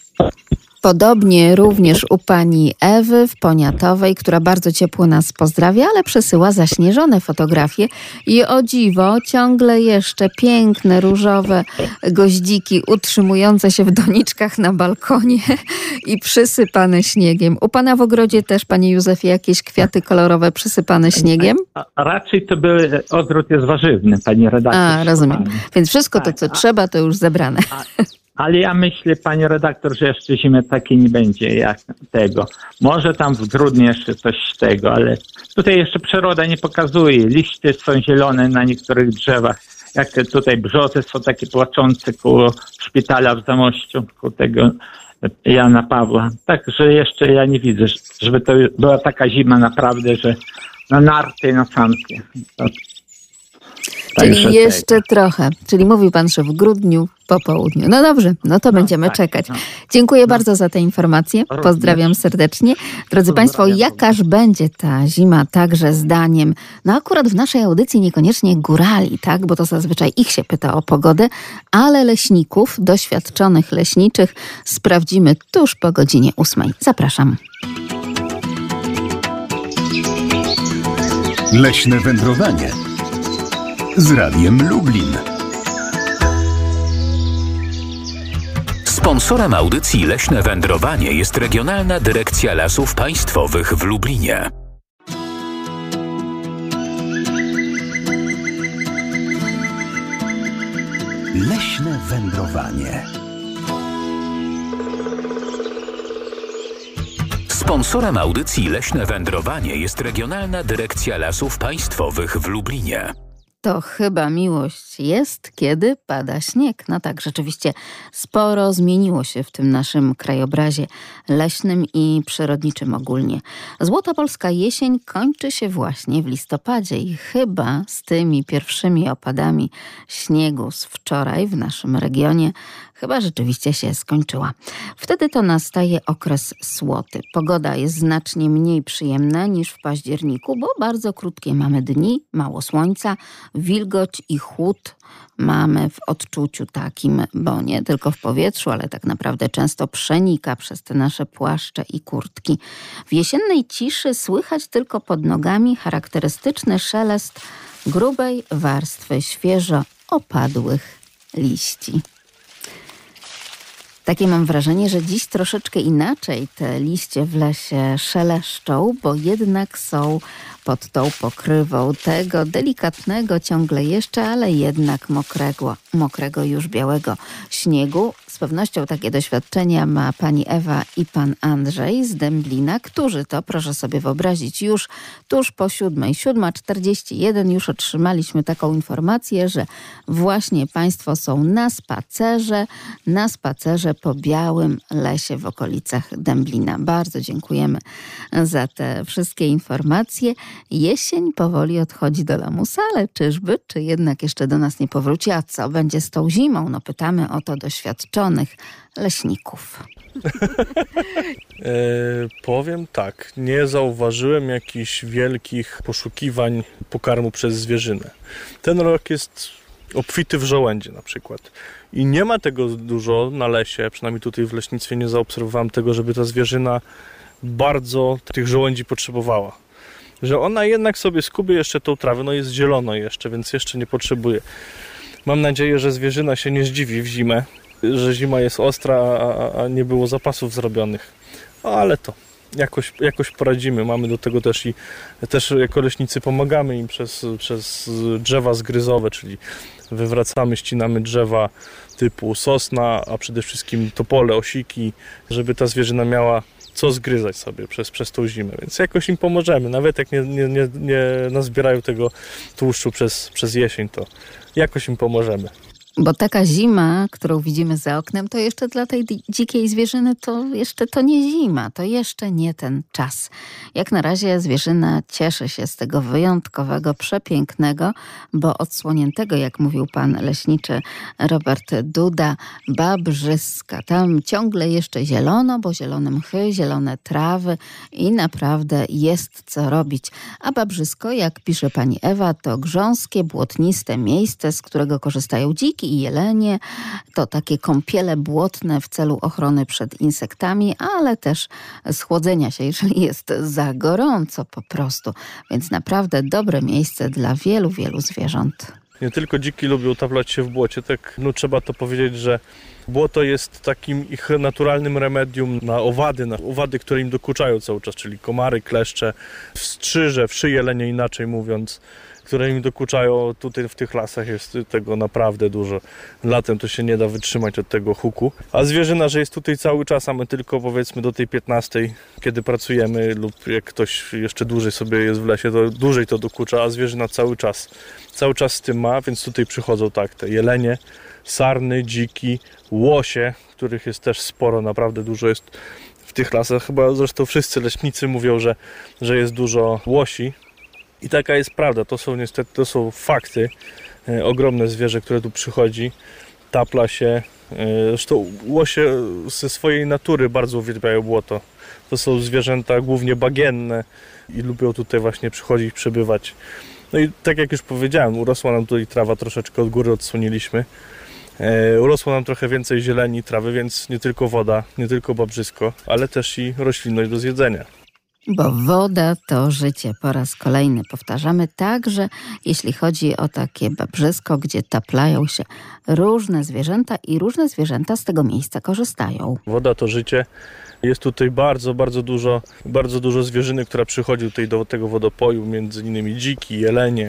Podobnie również u pani Ewy w Poniatowej, która bardzo ciepło nas pozdrawia, ale przesyła zaśnieżone fotografie i o dziwo ciągle jeszcze piękne, różowe goździki utrzymujące się w doniczkach na balkonie i przysypane śniegiem. U pana w ogrodzie też, panie Józefie, jakieś kwiaty kolorowe przysypane śniegiem? A, a raczej to były, ogród jest warzywny, pani redaktor. A, rozumiem. Więc wszystko to, co trzeba, to już zebrane. A, ale ja myślę, panie redaktor, że jeszcze zimy takiej nie będzie jak tego. Może tam w grudniu jeszcze coś tego, ale tutaj jeszcze przyroda nie pokazuje. Liście są zielone na niektórych drzewach. Jak te tutaj brzozy są takie płaczące koło szpitala w Zamościu, koło tego Jana Pawła. Także jeszcze ja nie widzę, żeby to była taka zima naprawdę, że na narty, na sanki. Czyli jeszcze tego. trochę. Czyli mówił pan, że w grudniu po południu. No dobrze, no to no, będziemy tak, czekać. No. Dziękuję no. bardzo za te informacje. Pozdrawiam serdecznie. Drodzy Państwo, jakaż będzie ta zima także zdaniem, no akurat w naszej audycji niekoniecznie górali, tak, bo to zazwyczaj ich się pyta o pogodę, ale leśników, doświadczonych leśniczych sprawdzimy tuż po godzinie ósmej. Zapraszam. Leśne wędrowanie z Radiem Lublin. Sponsorem audycji Leśne Wędrowanie jest Regionalna Dyrekcja Lasów Państwowych w Lublinie. Leśne Wędrowanie. Sponsorem audycji Leśne Wędrowanie jest Regionalna Dyrekcja Lasów Państwowych w Lublinie. To chyba miłość jest, kiedy pada śnieg. No tak, rzeczywiście sporo zmieniło się w tym naszym krajobrazie leśnym i przyrodniczym ogólnie. Złota polska jesień kończy się właśnie w listopadzie i chyba z tymi pierwszymi opadami śniegu z wczoraj w naszym regionie chyba rzeczywiście się skończyła. Wtedy to nastaje okres słoty. Pogoda jest znacznie mniej przyjemna niż w październiku, bo bardzo krótkie mamy dni, mało słońca, wilgoć i chłód mamy w odczuciu takim, bo nie tylko w powietrzu, ale tak naprawdę często przenika przez te nasze płaszcze i kurtki. W jesiennej ciszy słychać tylko pod nogami charakterystyczny szelest grubej warstwy świeżo opadłych liści. Takie mam wrażenie, że dziś troszeczkę inaczej te liście w lesie szeleszczą, bo jednak są pod tą pokrywą tego delikatnego ciągle jeszcze, ale jednak mokrego, mokrego już białego śniegu. Z pewnością takie doświadczenia ma pani Ewa i pan Andrzej z Dęblina, którzy to, proszę sobie wyobrazić, już tuż po siódmej, siódma czterdzieści jeden już otrzymaliśmy taką informację, że właśnie państwo są na spacerze, na spacerze po białym lesie w okolicach Dęblina. Bardzo dziękujemy za te wszystkie informacje. Jesień powoli odchodzi do lamusa, ale czyżby, czy jednak jeszcze do nas nie powróci? A co będzie z tą zimą? No pytamy o to doświadczonych leśników. e, powiem tak, nie zauważyłem jakichś wielkich poszukiwań pokarmu przez zwierzynę. Ten rok jest obfity w żołędzie na przykład. I nie ma tego dużo na lesie, przynajmniej tutaj w leśnictwie nie zaobserwowałem tego, żeby ta zwierzyna bardzo tych żołędzi potrzebowała. Że ona jednak sobie skubie jeszcze tą trawę, no jest zielono jeszcze, więc jeszcze nie potrzebuje. Mam nadzieję, że zwierzyna się nie zdziwi w zimę, że zima jest ostra, a, a nie było zapasów zrobionych. No, ale to jakoś, jakoś poradzimy. Mamy do tego też i też jako leśnicy pomagamy im przez, przez drzewa zgryzowe, czyli wywracamy, ścinamy drzewa typu sosna, a przede wszystkim topole, osiki, żeby ta zwierzyna miała co zgryzać sobie przez, przez tą zimę, więc jakoś im pomożemy, nawet jak nie, nie, nie, nie nazbierają tego tłuszczu przez, przez jesień, to jakoś im pomożemy. Bo taka zima, którą widzimy za oknem, to jeszcze dla tej dzikiej zwierzyny to jeszcze to nie zima, to jeszcze nie ten czas. Jak na razie zwierzyna cieszy się z tego wyjątkowego, przepięknego, bo odsłoniętego, jak mówił pan leśniczy Robert Duda, Babrzyska. Tam ciągle jeszcze zielono, bo zielone mchy, zielone trawy i naprawdę jest co robić. A Babrzysko, jak pisze pani Ewa, to grząskie, błotniste miejsce, z którego korzystają dziki i jelenie. To takie kąpiele błotne w celu ochrony przed insektami, ale też schłodzenia się, jeżeli jest za gorąco po prostu. Więc naprawdę dobre miejsce dla wielu, wielu zwierząt. Nie tylko dziki lubią taplać się w błocie, tak no trzeba to powiedzieć, że błoto jest takim ich naturalnym remedium na owady, na owady, które im dokuczają cały czas, czyli komary, kleszcze, wstrzyże, wszy jelenie inaczej mówiąc, które im dokuczają. Tutaj w tych lasach jest tego naprawdę dużo. Latem to się nie da wytrzymać od tego huku. A zwierzyna, że jest tutaj cały czas, a my tylko powiedzmy do tej piętnastej, kiedy pracujemy lub jak ktoś jeszcze dłużej sobie jest w lesie, to dłużej to dokucza, a zwierzyna cały czas, cały czas z tym ma, więc tutaj przychodzą tak te jelenie, sarny, dziki, łosie, których jest też sporo, naprawdę dużo jest w tych lasach. Chyba zresztą wszyscy leśnicy mówią, że, że jest dużo łosi. I taka jest prawda, to są niestety, to są fakty. ogromne zwierzę, które tu przychodzi, tapla się. Zresztą łosie ze swojej natury bardzo uwielbiają błoto. To są zwierzęta głównie bagienne i lubią tutaj właśnie przychodzić, przebywać. No i tak jak już powiedziałem, urosła nam tutaj trawa, troszeczkę od góry odsłoniliśmy. E, urosło nam trochę więcej zieleni, trawy, więc nie tylko woda, nie tylko babrzysko, ale też i roślinność do zjedzenia. Bo woda to życie. Po raz kolejny powtarzamy, także jeśli chodzi o takie babrzysko, gdzie taplają się różne zwierzęta i różne zwierzęta z tego miejsca korzystają. Woda to życie. Jest tutaj bardzo, bardzo dużo, bardzo dużo zwierzyny, która przychodzi tutaj do tego wodopoju, między innymi dziki, jelenie,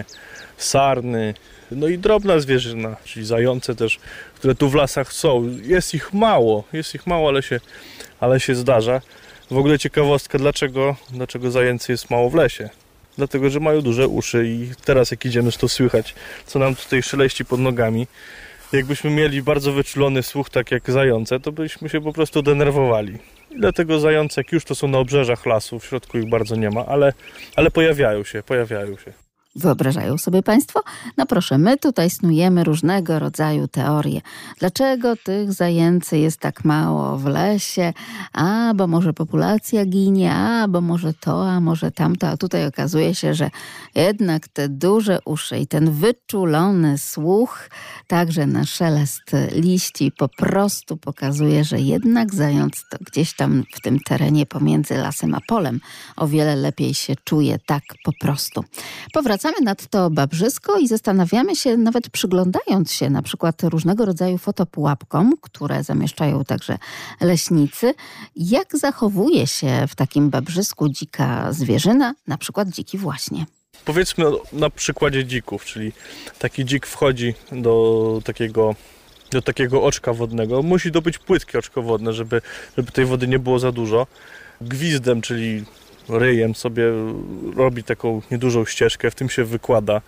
sarny, no i drobna zwierzyna, czyli zające też, które tu w lasach są. Jest ich mało, jest ich mało, ale się, ale się zdarza. W ogóle ciekawostka, dlaczego, dlaczego zajęcy jest mało w lesie. Dlatego, że mają duże uszy i teraz jak idziemy, to słychać, co nam tutaj szeleści pod nogami. Jakbyśmy mieli bardzo wyczulony słuch, tak jak zające, to byśmy się po prostu denerwowali. I dlatego zające, jak już to są na obrzeżach lasu, w środku ich bardzo nie ma, ale, ale pojawiają się, pojawiają się. Wyobrażają sobie Państwo? No proszę, my tutaj snujemy różnego rodzaju teorie. Dlaczego tych zajęcy jest tak mało w lesie? A, bo może populacja ginie, a, bo może to, a może tamto. A tutaj okazuje się, że jednak te duże uszy i ten wyczulony słuch, także na szelest liści, po prostu pokazuje, że jednak zając to gdzieś tam w tym terenie pomiędzy lasem a polem o wiele lepiej się czuje tak po prostu. Powracamy nadto babrzysko i zastanawiamy się, nawet przyglądając się na przykład różnego rodzaju fotopułapkom, które zamieszczają także leśnicy, jak zachowuje się w takim babrzysku dzika zwierzyna, na przykład dziki właśnie. Powiedzmy na przykładzie dzików, czyli taki dzik wchodzi do takiego, do takiego oczka wodnego. Musi to być płytkie oczko wodne, żeby, żeby tej wody nie było za dużo. Gwizdem, czyli ryjem sobie robi taką niedużą ścieżkę, w tym się wykłada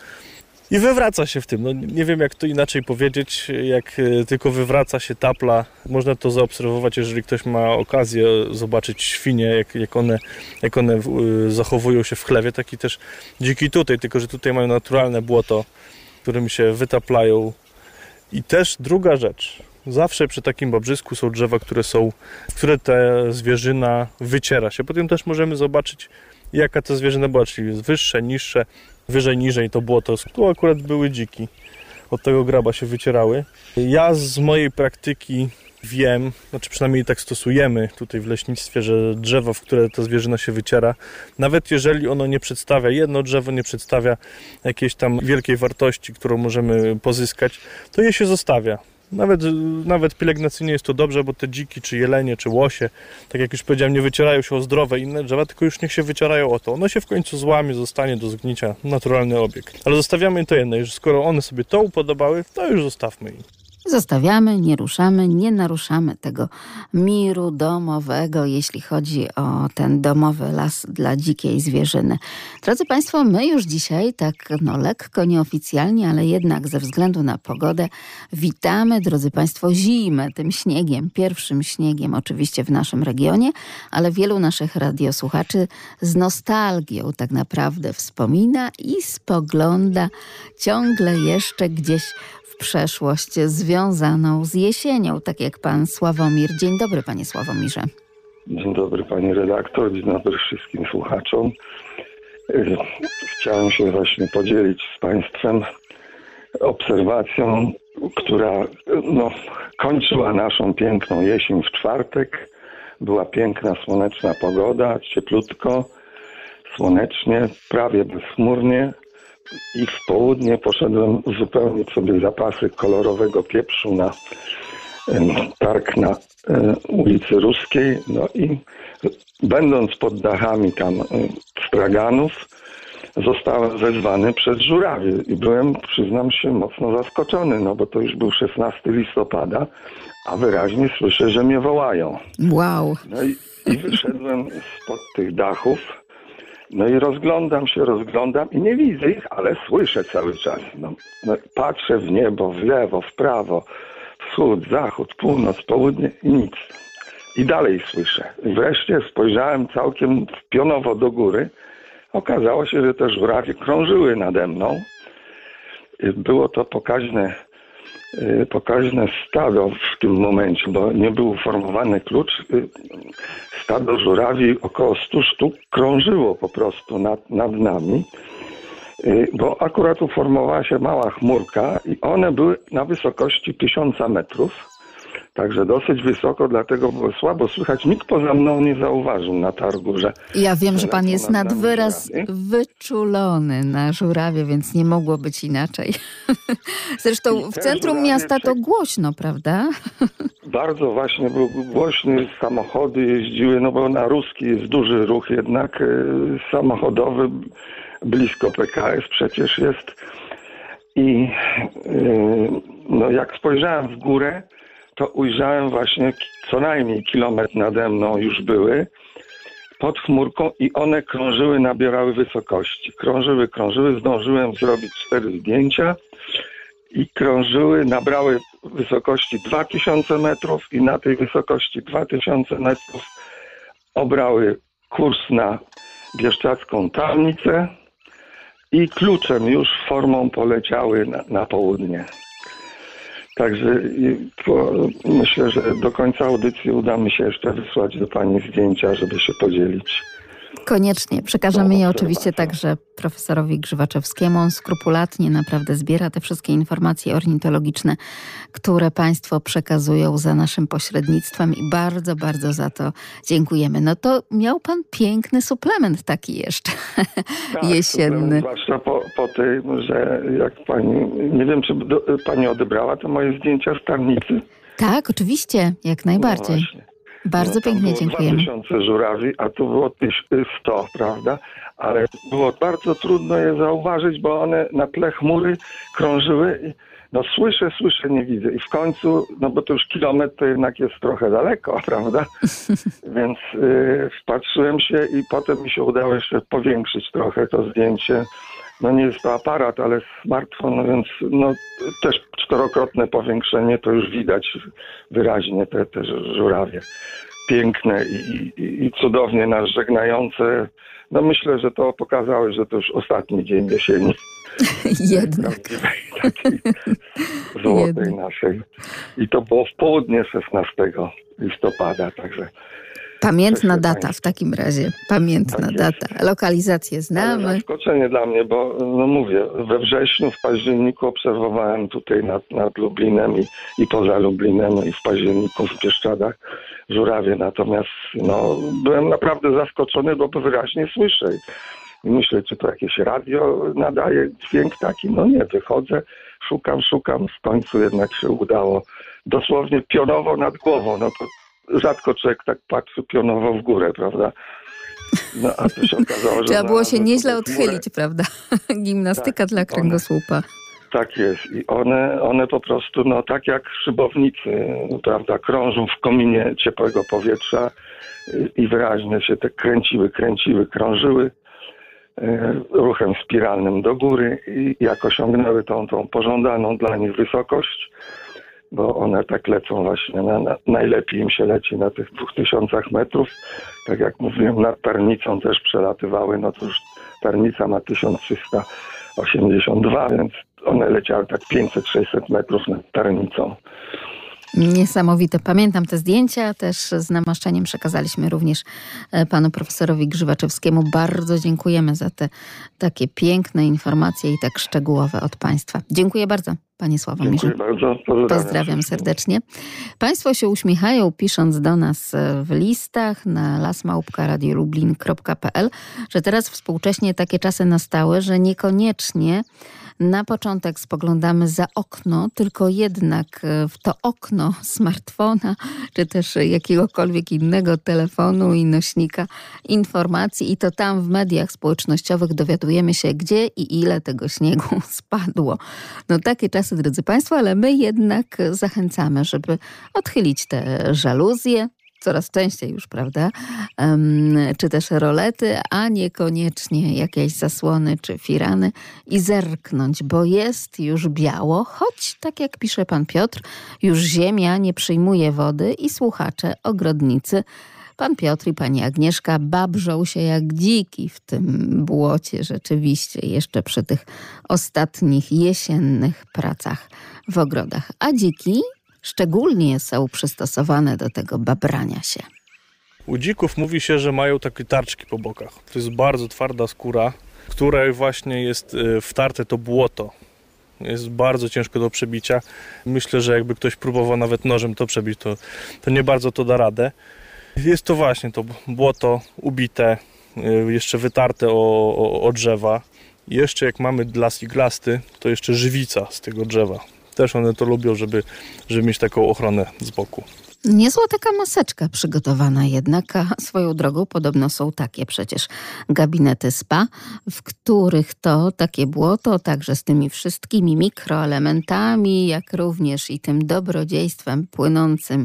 i wywraca się w tym. No, nie wiem, jak to inaczej powiedzieć, jak tylko wywraca się, tapla. Można to zaobserwować, jeżeli ktoś ma okazję zobaczyć świnie, jak, jak, one, jak one zachowują się w chlewie, tak i też dziki tutaj, tylko że tutaj mają naturalne błoto, którym się wytaplają. I też druga rzecz. Zawsze przy takim babrzysku są drzewa, które są, które te zwierzyna wyciera się. Potem też możemy zobaczyć, jaka ta zwierzyna była, czyli jest wyższe, niższe, wyżej, niżej to błoto. Tu akurat były dziki. Od tego graba się wycierały. Ja z mojej praktyki wiem, znaczy przynajmniej tak stosujemy tutaj w leśnictwie, że drzewo, w które ta zwierzyna się wyciera, nawet jeżeli ono nie przedstawia, jedno drzewo nie przedstawia jakiejś tam wielkiej wartości, którą możemy pozyskać, to je się zostawia. Nawet, nawet pielęgnacyjnie jest to dobrze, bo te dziki, czy jelenie, czy łosie, tak jak już powiedziałem, nie wycierają się o zdrowe inne drzewa, tylko już niech się wycierają o to. Ono się w końcu złamie, zostanie do zgnicia, naturalny obieg. Ale zostawiamy to jedno, że skoro one sobie to upodobały, to już zostawmy im. Zostawiamy, nie ruszamy, nie naruszamy tego miru domowego, jeśli chodzi o ten domowy las dla dzikiej zwierzyny. Drodzy Państwo, my już dzisiaj tak no lekko, nieoficjalnie, ale jednak ze względu na pogodę witamy, drodzy Państwo, zimę tym śniegiem, pierwszym śniegiem oczywiście w naszym regionie, ale wielu naszych radiosłuchaczy z nostalgią tak naprawdę wspomina i spogląda ciągle jeszcze gdzieś przeszłość związaną z jesienią, tak jak pan Sławomir. Dzień dobry, panie Sławomirze. Dzień dobry, pani redaktor, dzień dobry wszystkim słuchaczom. Chciałem się właśnie podzielić z państwem obserwacją, która no, kończyła naszą piękną jesień w czwartek. Była piękna, słoneczna pogoda, cieplutko, słonecznie, prawie bezchmurnie. I w południe poszedłem uzupełnić sobie zapasy kolorowego pieprzu na targ na ulicy Ruskiej. No i będąc pod dachami tam straganów, zostałem wezwany przez żurawie i byłem, przyznam się, mocno zaskoczony, no bo to już był szesnastego listopada, a wyraźnie słyszę, że mnie wołają. Wow. No i, i wyszedłem spod tych dachów. No i rozglądam się, rozglądam i nie widzę ich, ale słyszę cały czas. No, no, patrzę w niebo, w lewo, w prawo, wschód, zachód, północ, południe i nic. I dalej słyszę. I wreszcie spojrzałem całkiem pionowo do góry. Okazało się, że te żurawie krążyły nade mną. było to pokaźne, pokaźne stado w tym momencie, bo nie był uformowany klucz. Stado żurawi, około stu sztuk, krążyło po prostu nad, nad nami, bo akurat uformowała się mała chmurka i one były na wysokości tysiąca metrów. Także dosyć wysoko, dlatego było słabo słychać. Nikt poza mną nie zauważył na targu, że... Ja wiem, że pan jest nad nad wyraz żurawie. wyczulony na żurawie, więc nie mogło być inaczej. Zresztą w centrum miasta to głośno, prawda? Bardzo właśnie był głośny, samochody jeździły, no bo na Ruski jest duży ruch jednak samochodowy, blisko P K S przecież jest. I no jak spojrzałem w górę, to ujrzałem właśnie co najmniej kilometr nade mną już były pod chmurką i one krążyły, nabierały wysokości. Krążyły, krążyły, zdążyłem zrobić cztery zdjęcia i krążyły, nabrały wysokości dwa tysiące metrów i na tej wysokości dwa tysiące metrów obrały kurs na Bieszczadzką Tarnicę i kluczem już formą poleciały na, na południe. Także po, myślę, że do końca audycji uda mi się jeszcze wysłać do pani zdjęcia, żeby się podzielić. Koniecznie. Przekażemy je oczywiście także profesorowi Grzywaczewskiemu. On skrupulatnie naprawdę zbiera te wszystkie informacje ornitologiczne, które państwo przekazują za naszym pośrednictwem i bardzo, bardzo za to dziękujemy. No to miał pan piękny suplement taki jeszcze tak, jesienny. Zwłaszcza po, po tym, że jak pani, nie wiem, czy do, pani odebrała te moje zdjęcia z Tarnicy? Tak, oczywiście, jak najbardziej. No Bardzo no, pięknie dziękujemy. dwa tysiące żurawi, a tu było sto, prawda? Ale było bardzo trudno je zauważyć, bo one na tle chmury krążyły. I no słyszę, słyszę, nie widzę. I w końcu, no bo to już kilometr to jednak jest trochę daleko, prawda? Więc y, wpatrzyłem się i potem mi się udało jeszcze powiększyć trochę to zdjęcie. No nie jest to aparat, ale smartfon, no więc no, też czterokrotne powiększenie, to już widać wyraźnie te, te żurawie. Piękne i, i, i cudownie nas żegnające. No myślę, że to pokazało, że to już ostatni dzień jesieni. Jednak. Takiej złotej naszej. I to było w południe szesnastego listopada, także... Pamiętna data w takim razie. Pamiętna tak data. Lokalizację znamy. Ale zaskoczenie dla mnie, bo no mówię, we wrześniu, w październiku obserwowałem tutaj nad, nad Lublinem i, i poza Lublinem i w październiku w Bieszczadach żurawie. Natomiast no, byłem naprawdę zaskoczony, bo wyraźnie słyszę. I myślę, czy to jakieś radio nadaje dźwięk taki. No nie, wychodzę, szukam, szukam. W końcu jednak się udało. Dosłownie pionowo nad głową. No to rzadko człowiek tak patrzy pionowo w górę, prawda? No a to się okazało, że... Trzeba było się nieźle chmurę. odchylić, prawda? Gimnastyka tak, dla kręgosłupa. One, tak jest. I one, one po prostu, no tak jak szybownicy, prawda, krążą w kominie ciepłego powietrza i wyraźnie się te kręciły, kręciły, krążyły ruchem spiralnym do góry i jak osiągnęły tą, tą pożądaną dla nich wysokość, bo one tak lecą właśnie, na, na, najlepiej im się leci na tych dwóch tysiącach metrów. Tak jak mówiłem, nad Tarnicą też przelatywały, no to już Tarnica ma tysiąc trzysta osiemdziesiąt dwa, więc one leciały tak pięćset sześćset metrów nad Tarnicą. Niesamowite. Pamiętam te zdjęcia, też z namaszczeniem przekazaliśmy również panu profesorowi Grzywaczewskiemu. Bardzo dziękujemy za te takie piękne informacje i tak szczegółowe od państwa. Dziękuję bardzo, panie Sławomirze. Dziękuję bardzo. Pozdrawiam, Pozdrawiam serdecznie. Państwo się uśmiechają, pisząc do nas w listach na lasmałpka radiolublin kropka p l, że teraz współcześnie takie czasy nastały, że niekoniecznie na początek spoglądamy za okno, tylko jednak w to okno smartfona, czy też jakiegokolwiek innego telefonu i nośnika informacji i to tam w mediach społecznościowych dowiadujemy się, gdzie i ile tego śniegu spadło. No takie czasy, drodzy państwo, ale my jednak zachęcamy, żeby odchylić te żaluzje, coraz częściej już, prawda, um, czy też rolety, a niekoniecznie jakieś zasłony czy firany i zerknąć, bo jest już biało, choć, tak jak pisze pan Piotr, już ziemia nie przyjmuje wody i słuchacze, ogrodnicy Pan Piotr i pani Agnieszka babrzą się jak dziki w tym błocie rzeczywiście, jeszcze przy tych ostatnich jesiennych pracach w ogrodach. A dziki szczególnie są przystosowane do tego babrania się. U dzików mówi się, że mają takie tarczki po bokach. To jest bardzo twarda skóra, której właśnie jest wtarte to błoto. Jest bardzo ciężko do przebicia. Myślę, że jakby ktoś próbował nawet nożem to przebić, to, to nie bardzo to da radę. Jest to właśnie to błoto ubite, jeszcze wytarte o, o, o drzewa. I jeszcze jak mamy las iglasty, to jeszcze żywica z tego drzewa. Też one to lubią, żeby, żeby mieć taką ochronę z boku. Niezła taka maseczka przygotowana jednak, a swoją drogą podobno są takie przecież gabinety spa, w których to takie błoto, także z tymi wszystkimi mikroelementami, jak również i tym dobrodziejstwem płynącym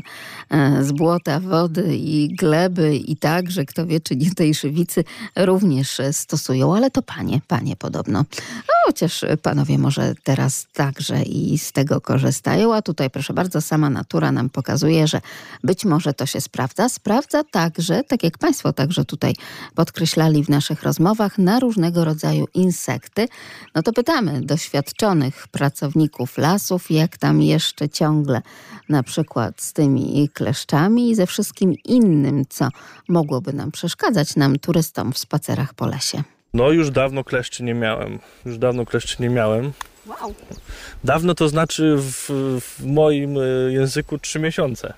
z błota, wody i gleby i także, kto wie, czy nie tej żywicy, również stosują, ale to panie, panie podobno. A chociaż panowie może teraz także i z tego korzystają, a tutaj proszę bardzo, sama natura nam pokazuje, że być może to się sprawdza. Sprawdza także, tak jak państwo także tutaj podkreślali w naszych rozmowach, na różnego rodzaju insekty. No to pytamy doświadczonych pracowników lasów, jak tam jeszcze ciągle na przykład z tymi kleszczami i ze wszystkim innym, co mogłoby nam przeszkadzać, nam turystom w spacerach po lesie. No już dawno kleszczy nie miałem. Już dawno kleszczy nie miałem. Wow. Dawno to znaczy w, w moim języku trzy miesiące.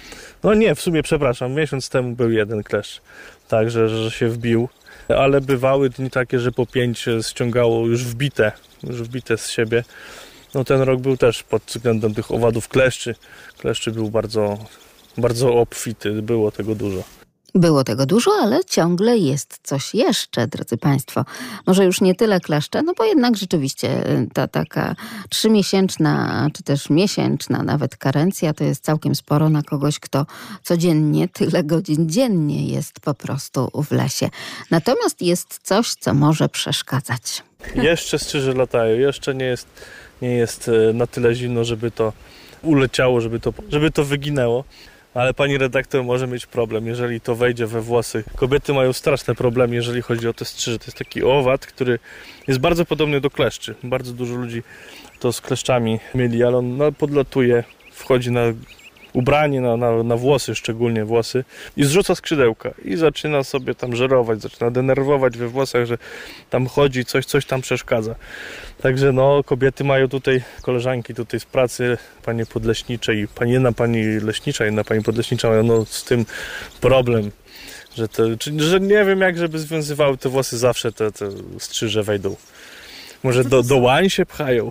No nie, w sumie przepraszam, miesiąc temu był jeden kleszcz, także że się wbił, ale bywały dni takie, że po pięć ściągało już wbite, już wbite z siebie. No ten rok był też pod względem tych owadów kleszczy. Kleszczy był bardzo, bardzo obfity, było tego dużo. Było tego dużo, ale ciągle jest coś jeszcze, drodzy państwo. Może już nie tyle kleszcze, no bo jednak rzeczywiście ta taka trzymiesięczna, czy też miesięczna nawet karencja to jest całkiem sporo na kogoś, kto codziennie, tyle godzin dziennie jest po prostu w lesie. Natomiast jest coś, co może przeszkadzać. Jeszcze strzyże latają, jeszcze nie jest, nie jest na tyle zimno, żeby to uleciało, żeby to, żeby to wyginęło. Ale pani redaktor może mieć problem, jeżeli to wejdzie we włosy. Kobiety mają straszne problemy, jeżeli chodzi o te strzyże. To jest taki owad, który jest bardzo podobny do kleszczy. Bardzo dużo ludzi to z kleszczami mieli, ale on no, podlatuje, wchodzi na ubranie, na, na, na włosy, szczególnie włosy i zrzuca skrzydełka i zaczyna sobie tam żerować, zaczyna denerwować we włosach, że tam chodzi, coś, coś tam przeszkadza. Także no, kobiety mają tutaj, koleżanki tutaj z pracy, panie podleśnicze i pani, jedna pani leśnicza, jedna pani podleśnicza mają no, z tym problem, że, to, czy, że nie wiem jak, żeby związywały te włosy, zawsze te, te strzyże wejdą. Może do, do łań się pchają.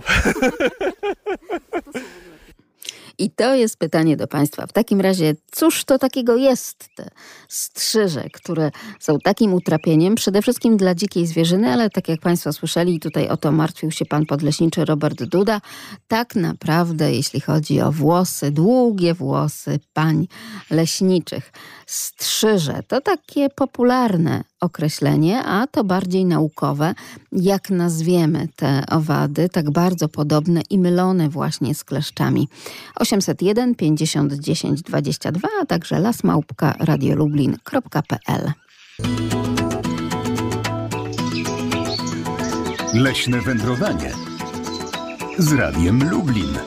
I to jest pytanie do państwa. W takim razie, cóż to takiego jest te strzyże, które są takim utrapieniem, przede wszystkim dla dzikiej zwierzyny, ale tak jak państwo słyszeli, tutaj o to martwił się pan podleśniczy Robert Duda. Tak naprawdę, jeśli chodzi o włosy, długie włosy pań leśniczych, strzyże to takie popularne określenie, a to bardziej naukowe, jak nazwiemy te owady, tak bardzo podobne i mylone właśnie z kleszczami. osiemset jeden pięćdziesiąt dziesięć dwadzieścia dwa, a także lasmałpka radiolublin kropka p l. Leśne wędrowanie z Radiem Lublin.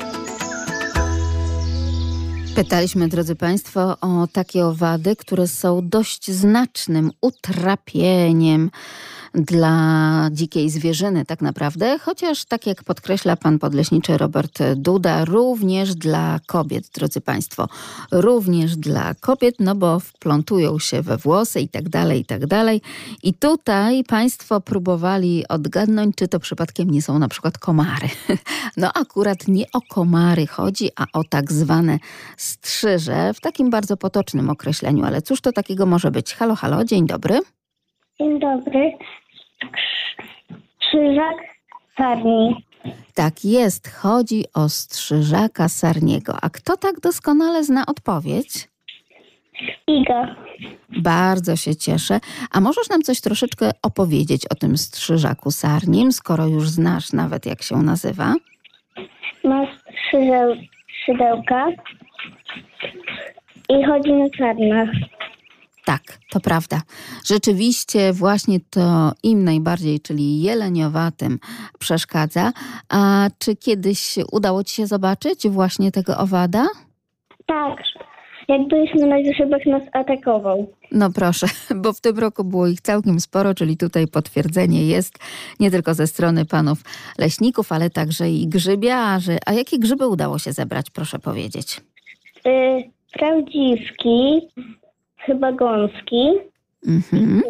Pytaliśmy, drodzy państwo, o takie owady, które są dość znacznym utrapieniem dla dzikiej zwierzyny tak naprawdę, chociaż tak jak podkreśla pan podleśniczy Robert Duda, również dla kobiet, drodzy państwo, również dla kobiet, no bo wplątują się we włosy i tak dalej, i tak dalej. I tutaj państwo próbowali odgadnąć, czy to przypadkiem nie są na przykład komary. No akurat nie o komary chodzi, a o tak zwane strzyże, w takim bardzo potocznym określeniu, ale cóż to takiego może być? Halo, halo, dzień dobry. Dzień dobry. Strzyżak sarni. Tak jest, chodzi o strzyżaka sarniego. A kto tak doskonale zna odpowiedź? Iga. Bardzo się cieszę. A możesz nam coś troszeczkę opowiedzieć o tym strzyżaku sarnim, skoro już znasz nawet jak się nazywa? Ma skrzydeł, skrzydełka i chodzi na sarnach. To prawda. Rzeczywiście właśnie to im najbardziej, czyli jeleniowatym, przeszkadza. A czy kiedyś udało ci się zobaczyć właśnie tego owada? Tak, jak byliśmy na grzybach, nas atakował. No proszę, bo w tym roku było ich całkiem sporo, czyli tutaj potwierdzenie jest nie tylko ze strony panów leśników, ale także i grzybiarzy. A jakie grzyby udało się zebrać, proszę powiedzieć? Y, prawdziwki, chyba gąski. Mhm.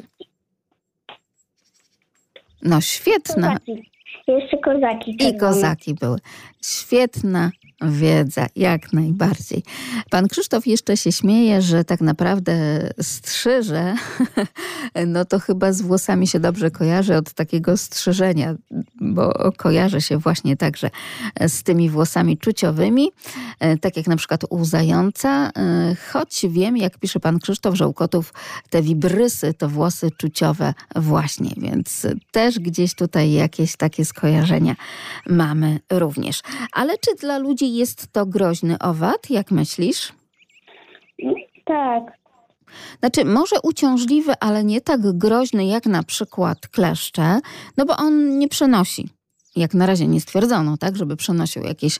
No świetna. Kozaki. Jeszcze kozaki. I czerwone. kozaki były. Świetna wiedza, jak najbardziej. Pan Krzysztof jeszcze się śmieje, że tak naprawdę strzyże, no to chyba z włosami się dobrze kojarzy od takiego strzyżenia, bo kojarzy się właśnie także z tymi włosami czuciowymi, tak jak na przykład u zająca, choć wiem, jak pisze pan Krzysztof, że u kotów te wibrysy to włosy czuciowe właśnie, więc też gdzieś tutaj jakieś takie skojarzenia mamy również. Ale czy dla ludzi jest to groźny owad, jak myślisz? Tak. Znaczy, może uciążliwy, ale nie tak groźny jak na przykład kleszcze, no bo on nie przenosi. Jak na razie nie stwierdzono, tak, żeby przenosił jakieś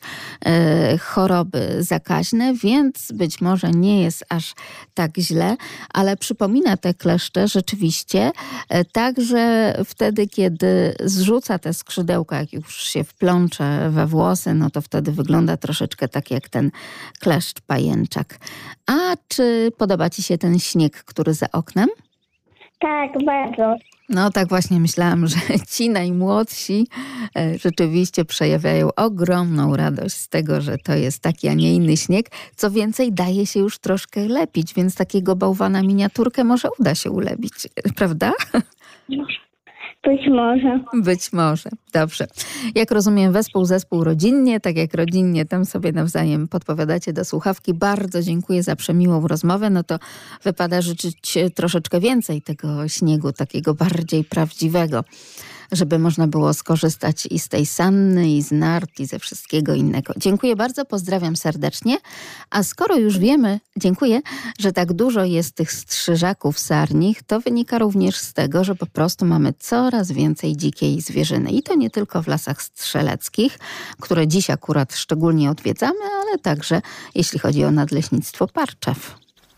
e, choroby zakaźne, więc być może nie jest aż tak źle, ale przypomina te kleszcze rzeczywiście e, także wtedy, kiedy zrzuca te skrzydełka, jak już się wplącze we włosy, no to wtedy wygląda troszeczkę tak jak ten kleszcz pajęczak. A czy podoba ci się ten śnieg, który za oknem? Tak, bardzo. No tak właśnie myślałam, że ci najmłodsi e, rzeczywiście przejawiają ogromną radość z tego, że to jest taki, a nie inny śnieg. Co więcej, daje się już troszkę lepić, więc takiego bałwana miniaturkę może uda się ulepić, prawda? Może. Być może. Być może. Dobrze. Jak rozumiem, wespół, zespół rodzinnie, tak jak rodzinnie tam sobie nawzajem podpowiadacie do słuchawki. Bardzo dziękuję za przemiłą rozmowę. No to wypada życzyć troszeczkę więcej tego śniegu, takiego bardziej prawdziwego, żeby można było skorzystać i z tej sanny, i z nart, i ze wszystkiego innego. Dziękuję bardzo, pozdrawiam serdecznie. A skoro już wiemy, dziękuję, że tak dużo jest tych strzyżaków sarnich, to wynika również z tego, że po prostu mamy coraz więcej dzikiej zwierzyny. I to nie tylko w lasach strzeleckich, które dziś akurat szczególnie odwiedzamy, ale także jeśli chodzi o nadleśnictwo Parczew.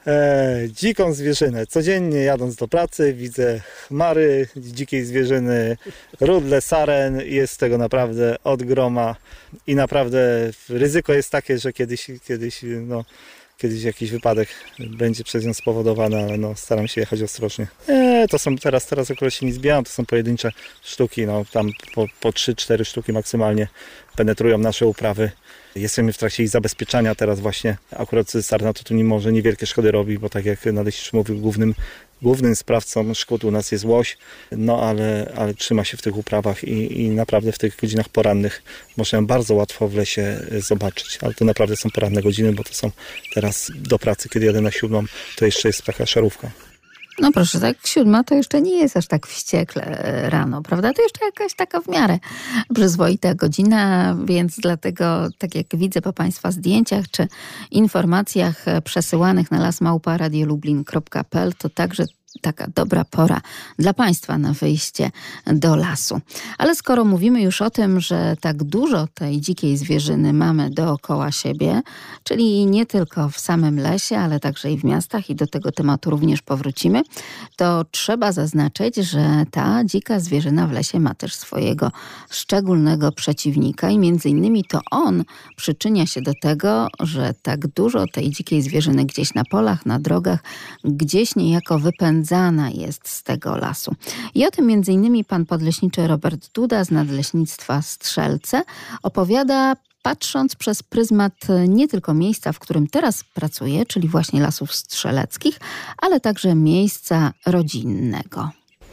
E, dziką zwierzynę. Codziennie jadąc do pracy widzę chmary dzikiej zwierzyny, rudle, saren. Jest tego naprawdę od groma i naprawdę ryzyko jest takie, że kiedyś, kiedyś, no, kiedyś jakiś wypadek będzie przez nią spowodowany, ale no, staram się jechać ostrożnie. E, to są teraz, teraz akurat się nie zbieram, to są pojedyncze sztuki, no, tam po, po trzy cztery sztuki maksymalnie penetrują nasze uprawy. Jesteśmy w trakcie ich zabezpieczania teraz właśnie. Akurat sarna to tu nie może niewielkie szkody robi, bo tak jak nadleśnicz mówił, głównym, głównym sprawcą szkód u nas jest łoś, no ale, ale trzyma się w tych uprawach i, i naprawdę w tych godzinach porannych można ją bardzo łatwo w lesie zobaczyć. Ale to naprawdę są poranne godziny, bo to są teraz do pracy, kiedy jadę na siódmą, to jeszcze jest taka szarówka. No proszę, tak siódma to jeszcze nie jest aż tak wściekle rano, prawda? To jeszcze jakaś taka w miarę przyzwoita godzina, więc dlatego, tak jak widzę po Państwa zdjęciach czy informacjach przesyłanych na las małpa radio lublin kropka p l, to także taka dobra pora dla Państwa na wyjście do lasu. Ale skoro mówimy już o tym, że tak dużo tej dzikiej zwierzyny mamy dookoła siebie, czyli nie tylko w samym lesie, ale także i w miastach i do tego tematu również powrócimy, to trzeba zaznaczyć, że ta dzika zwierzyna w lesie ma też swojego szczególnego przeciwnika i między innymi to on przyczynia się do tego, że tak dużo tej dzikiej zwierzyny gdzieś na polach, na drogach, gdzieś niejako wypędzana jest z tego lasu. I o tym między innymi pan podleśniczy Robert Duda z Nadleśnictwa Strzelce opowiada, patrząc przez pryzmat nie tylko miejsca, w którym teraz pracuje, czyli właśnie lasów strzeleckich, ale także miejsca rodzinnego.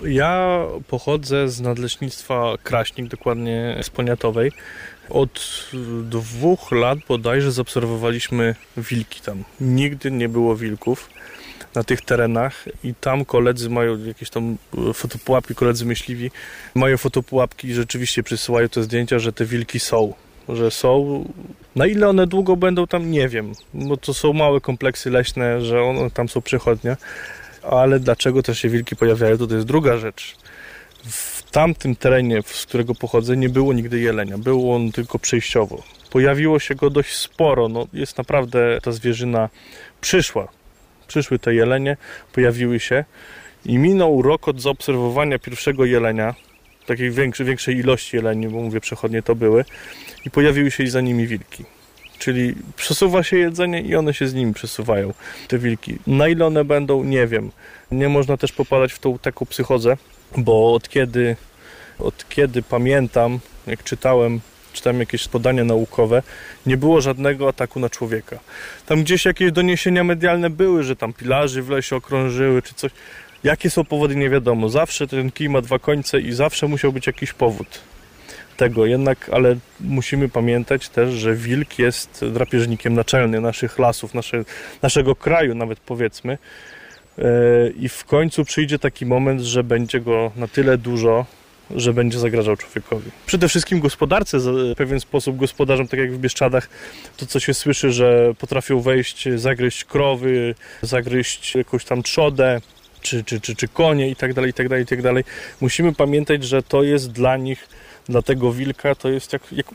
Ja pochodzę z Nadleśnictwa Kraśnik, dokładnie z Poniatowej. Od dwóch lat bodajże zaobserwowaliśmy wilki tam. Nigdy nie było wilków na tych terenach i tam koledzy mają jakieś tam fotopułapki, koledzy myśliwi mają fotopułapki i rzeczywiście przysyłają te zdjęcia, że te wilki są, że są. Na ile one długo będą tam, nie wiem, bo to są małe kompleksy leśne, że one tam są przechodnie. Ale dlaczego też się wilki pojawiają, to, to jest druga rzecz. W tamtym terenie, z którego pochodzę, nie było nigdy jelenia. Był on tylko przejściowo. Pojawiło się go dość sporo. No, jest naprawdę ta zwierzyna przyszła. Przyszły te jelenie, pojawiły się i minął rok od zaobserwowania pierwszego jelenia, takiej większej, większej ilości jeleni, bo mówię przechodnie to były, i pojawiły się i za nimi wilki. Czyli przesuwa się jedzenie i one się z nimi przesuwają, te wilki. Na ile one będą, nie wiem. Nie można też popadać w tą taką psychozę, bo od kiedy, od kiedy pamiętam, jak czytałem, czytałem jakieś podania naukowe, nie było żadnego ataku na człowieka. Tam gdzieś jakieś doniesienia medialne były, że tam pilarzy w lesie okrążyły czy coś. Jakie są powody, nie wiadomo. Zawsze ten kij ma dwa końce i zawsze musiał być jakiś powód tego. Jednak, ale musimy pamiętać też, że wilk jest drapieżnikiem naczelnym naszych lasów, nasze, naszego kraju nawet, powiedzmy. I w końcu przyjdzie taki moment, że będzie go na tyle dużo, że będzie zagrażał człowiekowi. Przede wszystkim gospodarce w pewien sposób, gospodarzom, tak jak w Bieszczadach, to co się słyszy, że potrafią wejść, zagryźć krowy, zagryźć jakąś tam trzodę, czy, czy, czy, czy konie i tak dalej, i tak dalej, i tak dalej. Musimy pamiętać, że to jest dla nich, dla tego wilka, to jest jak, jak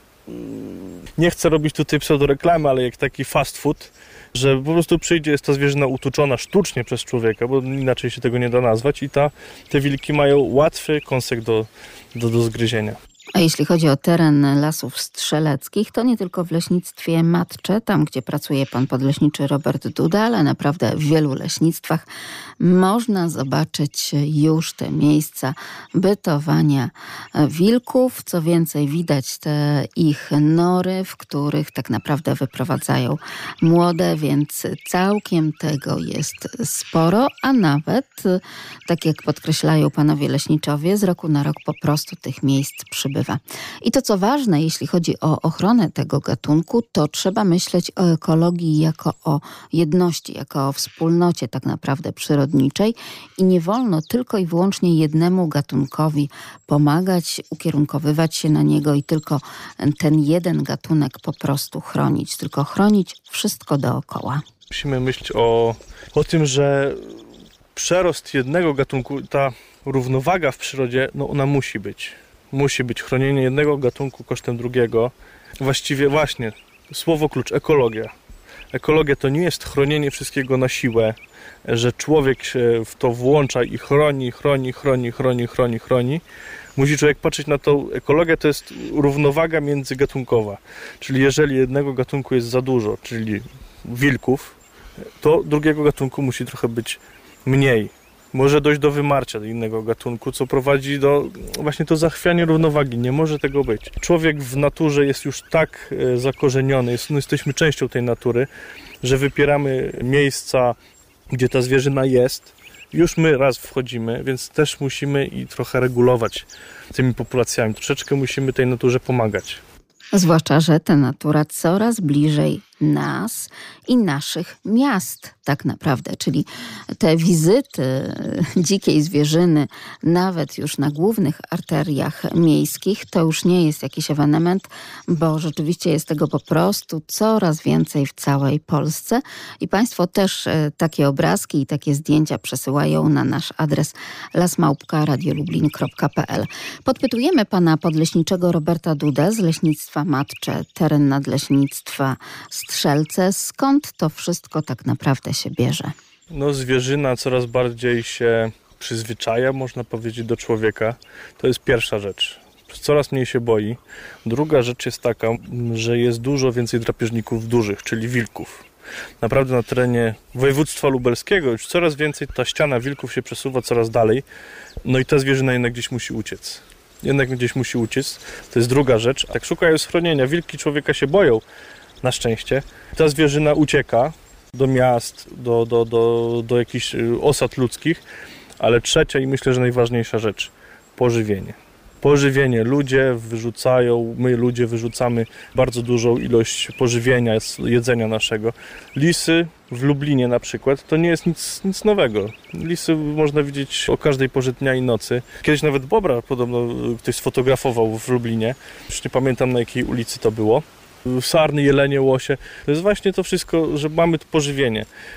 nie chcę robić tutaj pseudoreklamy, ale jak taki fast food, że po prostu przyjdzie, jest ta zwierzyna utuczona sztucznie przez człowieka, bo inaczej się tego nie da nazwać i ta, te wilki mają łatwy kąsek do, do, do zgryzienia. A jeśli chodzi o teren Lasów Strzeleckich, to nie tylko w leśnictwie Matcze, tam gdzie pracuje pan podleśniczy Robert Duda, ale naprawdę w wielu leśnictwach można zobaczyć już te miejsca bytowania wilków. Co więcej, widać te ich nory, w których tak naprawdę wyprowadzają młode, więc całkiem tego jest sporo, a nawet, tak jak podkreślają panowie leśniczowie, z roku na rok po prostu tych miejsc przybywa. I to, co ważne, jeśli chodzi o ochronę tego gatunku, to trzeba myśleć o ekologii jako o jedności, jako o wspólnocie tak naprawdę przyrodniczej i nie wolno tylko i wyłącznie jednemu gatunkowi pomagać, ukierunkowywać się na niego i tylko ten jeden gatunek po prostu chronić, tylko chronić wszystko dookoła. Musimy myśleć o, o tym, że przerost jednego gatunku, ta równowaga w przyrodzie, no ona musi być. Musi być chronienie jednego gatunku kosztem drugiego. Właściwie właśnie, słowo klucz, ekologia. Ekologia to nie jest chronienie wszystkiego na siłę, że człowiek się w to włącza i chroni, chroni, chroni, chroni, chroni, chroni. Musi człowiek patrzeć na tą ekologię, to jest równowaga międzygatunkowa. Czyli jeżeli jednego gatunku jest za dużo, czyli wilków, to drugiego gatunku musi trochę być mniej. Może dojść do wymarcia do innego gatunku, co prowadzi do właśnie to zachwiania równowagi. Nie może tego być. Człowiek w naturze jest już tak zakorzeniony, jest, no jesteśmy częścią tej natury, że wypieramy miejsca, gdzie ta zwierzyna jest. Już my raz wchodzimy, więc też musimy i trochę regulować tymi populacjami. Troszeczkę musimy tej naturze pomagać. Zwłaszcza, że ta natura coraz bliżej nas i naszych miast tak naprawdę, czyli te wizyty dzikiej zwierzyny nawet już na głównych arteriach miejskich to już nie jest jakiś ewenement, bo rzeczywiście jest tego po prostu coraz więcej w całej Polsce i państwo też takie obrazki i takie zdjęcia przesyłają na nasz adres las małpka radio lublin kropka p l. Podpytujemy pana podleśniczego Roberta Dudę z Leśnictwa Matcze, teren nadleśnictwa Strzelce. Skąd to wszystko tak naprawdę się bierze? No, zwierzyna coraz bardziej się przyzwyczaja, można powiedzieć, do człowieka. To jest pierwsza rzecz. Coraz mniej się boi. Druga rzecz jest taka, że jest dużo więcej drapieżników dużych, czyli wilków. Naprawdę na terenie województwa lubelskiego już coraz więcej ta ściana wilków się przesuwa coraz dalej. No i ta zwierzyna jednak gdzieś musi uciec. Jednak gdzieś musi uciec. To jest druga rzecz. Tak szukają schronienia. Wilki człowieka się boją. Na szczęście. Ta zwierzyna ucieka do miast, do, do, do, do jakichś osad ludzkich, ale trzecia i myślę, że najważniejsza rzecz, pożywienie. Pożywienie. Ludzie wyrzucają, my ludzie wyrzucamy bardzo dużą ilość pożywienia, jedzenia naszego. Lisy w Lublinie na przykład, to nie jest nic, nic nowego. Lisy można widzieć o każdej porze dnia i nocy. Kiedyś nawet bobra podobno ktoś sfotografował w Lublinie. Już nie pamiętam, na jakiej ulicy to było. Sarny, jelenie, łosie. To jest właśnie to wszystko, że mamy to pożywienie.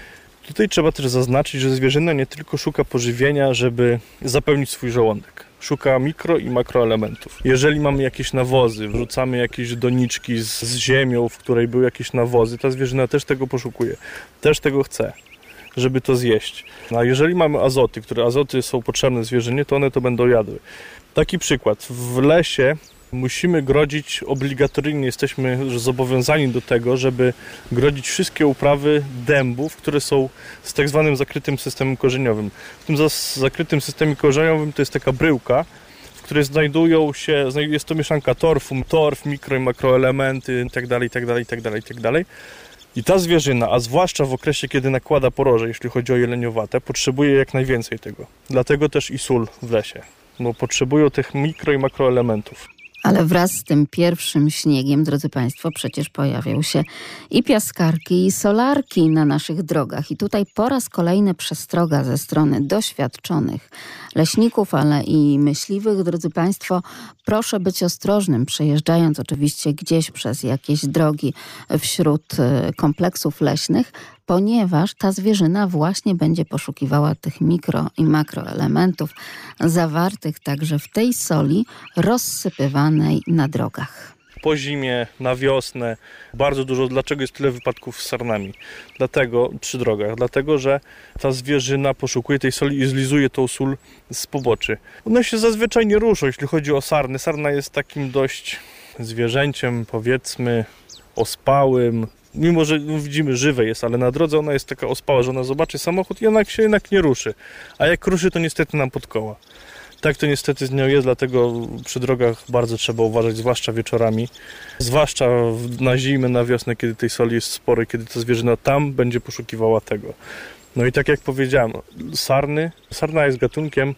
Tutaj trzeba też zaznaczyć, że zwierzyna nie tylko szuka pożywienia, żeby zapełnić swój żołądek. Szuka mikro i makroelementów. Jeżeli mamy jakieś nawozy, wrzucamy jakieś doniczki z, z ziemią, w której były jakieś nawozy, ta zwierzyna też tego poszukuje, też tego chce, żeby to zjeść. A jeżeli mamy azoty, które azoty są potrzebne zwierzynie, to one to będą jadły. Taki przykład. W lesie musimy grodzić, obligatoryjnie jesteśmy zobowiązani do tego, żeby grodzić wszystkie uprawy dębów, które są z tak zwanym zakrytym systemem korzeniowym. W tym zakrytym systemie korzeniowym to jest taka bryłka, w której znajdują się, jest to mieszanka torfu, torf, mikro i makroelementy itd., itd., itd., itd. I ta zwierzyna, a zwłaszcza w okresie, kiedy nakłada poroże, jeśli chodzi o jeleniowate, potrzebuje jak najwięcej tego. Dlatego też i sól w lesie, bo potrzebują tych mikro i makroelementów. Ale wraz z tym pierwszym śniegiem, drodzy Państwo, przecież pojawią się i piaskarki, i solarki na naszych drogach. I tutaj po raz kolejny przestroga ze strony doświadczonych leśników, ale i myśliwych. Drodzy Państwo, proszę być ostrożnym, przejeżdżając oczywiście gdzieś przez jakieś drogi wśród kompleksów leśnych, ponieważ ta zwierzyna właśnie będzie poszukiwała tych mikro i makroelementów zawartych także w tej soli rozsypywanej na drogach. Po zimie, na wiosnę, bardzo dużo. Dlaczego jest tyle wypadków z sarnami? Dlatego, przy drogach, dlatego, że ta zwierzyna poszukuje tej soli i zlizuje tą sól z poboczy. One się zazwyczaj nie ruszą, jeśli chodzi o sarny. Sarna jest takim dość zwierzęciem, powiedzmy, ospałym. Mimo że no, widzimy, żywe jest, ale na drodze ona jest taka ospała, że ona zobaczy samochód i ona się jednak nie ruszy. A jak ruszy, to niestety nam pod koła. Tak to niestety z nią jest, dlatego przy drogach bardzo trzeba uważać, zwłaszcza wieczorami. Zwłaszcza na zimę, na wiosnę, kiedy tej soli jest sporo i kiedy ta zwierzyna tam będzie poszukiwała tego. No i tak jak powiedziałem, sarny. Sarna jest gatunkiem,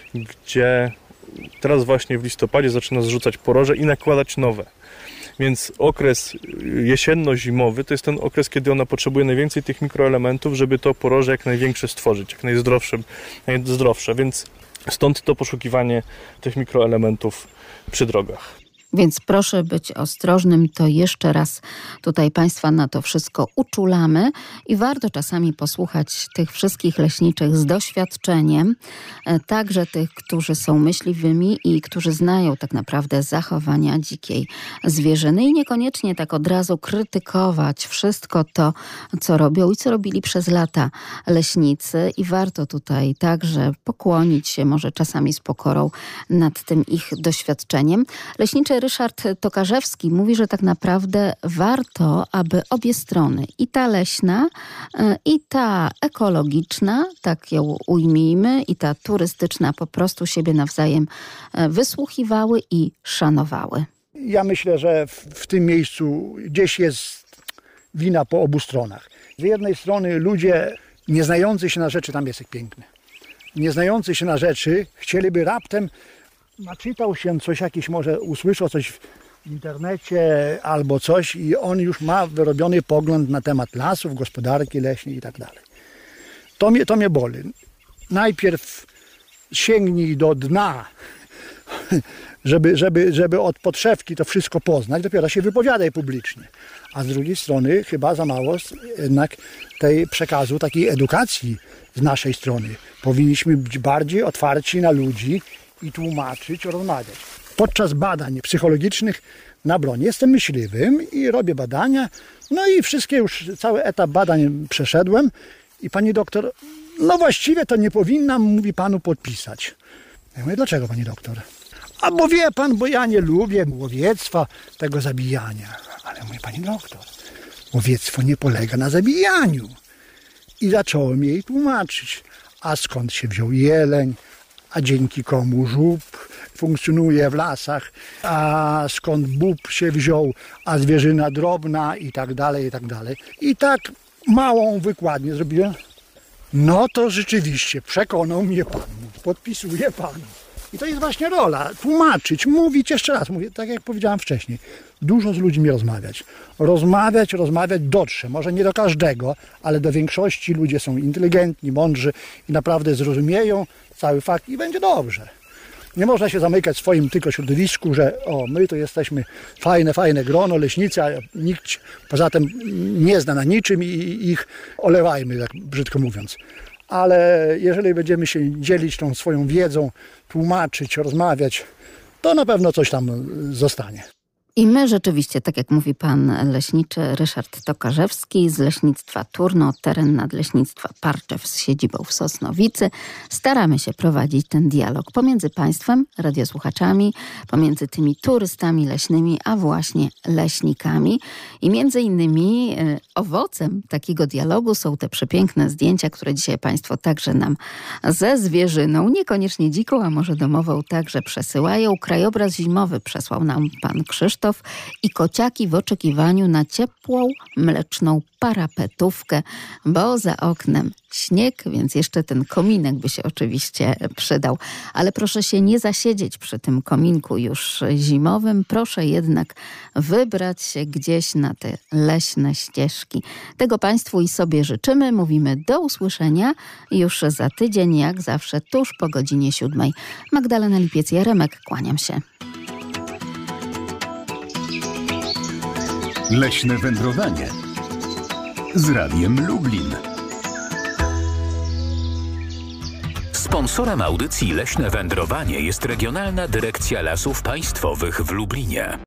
gdzie teraz właśnie w listopadzie zaczyna zrzucać poroże i nakładać nowe. Więc okres jesienno-zimowy to jest ten okres, kiedy ona potrzebuje najwięcej tych mikroelementów, żeby to poroże jak największe stworzyć, jak najzdrowsze, najzdrowsze. Więc stąd to poszukiwanie tych mikroelementów przy drogach. Więc proszę być ostrożnym, to jeszcze raz tutaj Państwa na to wszystko uczulamy i warto czasami posłuchać tych wszystkich leśniczych z doświadczeniem, także tych, którzy są myśliwymi i którzy znają tak naprawdę zachowania dzikiej zwierzyny i niekoniecznie tak od razu krytykować wszystko to, co robią i co robili przez lata leśnicy i warto tutaj także pokłonić się może czasami z pokorą nad tym ich doświadczeniem. Leśniczy Ryszard Tokarzewski mówi, że tak naprawdę warto, aby obie strony, i ta leśna, i ta ekologiczna, tak ją ujmijmy, i ta turystyczna po prostu siebie nawzajem wysłuchiwały i szanowały. Ja myślę, że w, w tym miejscu gdzieś jest wina po obu stronach. Z jednej strony ludzie nie znający się na rzeczy, tam jest jak piękne, nie znający się na rzeczy chcieliby raptem, naczytał się coś jakieś, może usłyszał coś w internecie albo coś i on już ma wyrobiony pogląd na temat lasów, gospodarki leśnej i tak dalej. To mnie, to mnie boli. Najpierw sięgnij do dna, żeby, żeby, żeby od podszewki to wszystko poznać, dopiero się wypowiadaj publicznie. A z drugiej strony chyba za mało jednak tej przekazu, takiej edukacji z naszej strony. Powinniśmy być bardziej otwarci na ludzi i tłumaczyć, rozmawiać. Podczas badań psychologicznych na broń jestem myśliwym i robię badania, no i wszystkie już, cały etap badań przeszedłem i pani doktor, no właściwie to nie powinnam, mówi, panu podpisać. Ja mówię, dlaczego pani doktor? A bo wie pan, bo ja nie lubię łowiectwa, tego zabijania. Ale mówi, pani doktor, łowiectwo nie polega na zabijaniu. I zacząłem jej tłumaczyć, a skąd się wziął jeleń, a dzięki komu żub funkcjonuje w lasach, a skąd bób się wziął, a zwierzyna drobna i tak dalej, i tak dalej. I tak małą wykładnię zrobiłem. No to rzeczywiście przekonał mnie pan, podpisuje pan. I to jest właśnie rola, tłumaczyć, mówić, jeszcze raz, mówię, tak jak powiedziałem wcześniej, dużo z ludźmi rozmawiać. Rozmawiać, rozmawiać, dotrze, może nie do każdego, ale do większości ludzie są inteligentni, mądrzy i naprawdę zrozumieją cały fakt i będzie dobrze. Nie można się zamykać w swoim tylko środowisku, że o, my to jesteśmy fajne, fajne grono, leśnicy, a nikt poza tym nie zna na niczym i ich olewajmy, tak brzydko mówiąc. Ale jeżeli będziemy się dzielić tą swoją wiedzą, tłumaczyć, rozmawiać, to na pewno coś tam zostanie. I my rzeczywiście, tak jak mówi pan leśniczy Ryszard Tokarzewski z Leśnictwa Turno, teren Nadleśnictwa Parczew z siedzibą w Sosnowicy, staramy się prowadzić ten dialog pomiędzy państwem, radiosłuchaczami, pomiędzy tymi turystami leśnymi, a właśnie leśnikami. I między innymi y, owocem takiego dialogu są te przepiękne zdjęcia, które dzisiaj państwo także nam ze zwierzyną, niekoniecznie dziką, a może domową, także przesyłają. Krajobraz zimowy przesłał nam pan Krzysztof i kociaki w oczekiwaniu na ciepłą, mleczną parapetówkę, bo za oknem śnieg, więc jeszcze ten kominek by się oczywiście przydał. Ale proszę się nie zasiedzieć przy tym kominku już zimowym. Proszę jednak wybrać się gdzieś na te leśne ścieżki. Tego państwu i sobie życzymy. Mówimy do usłyszenia już za tydzień, jak zawsze, tuż po godzinie siódmej. Magdalena Lipiec-Jaremek, kłaniam się. Leśne wędrowanie z Radiem Lublin. Sponsorem audycji Leśne Wędrowanie jest Regionalna Dyrekcja Lasów Państwowych w Lublinie.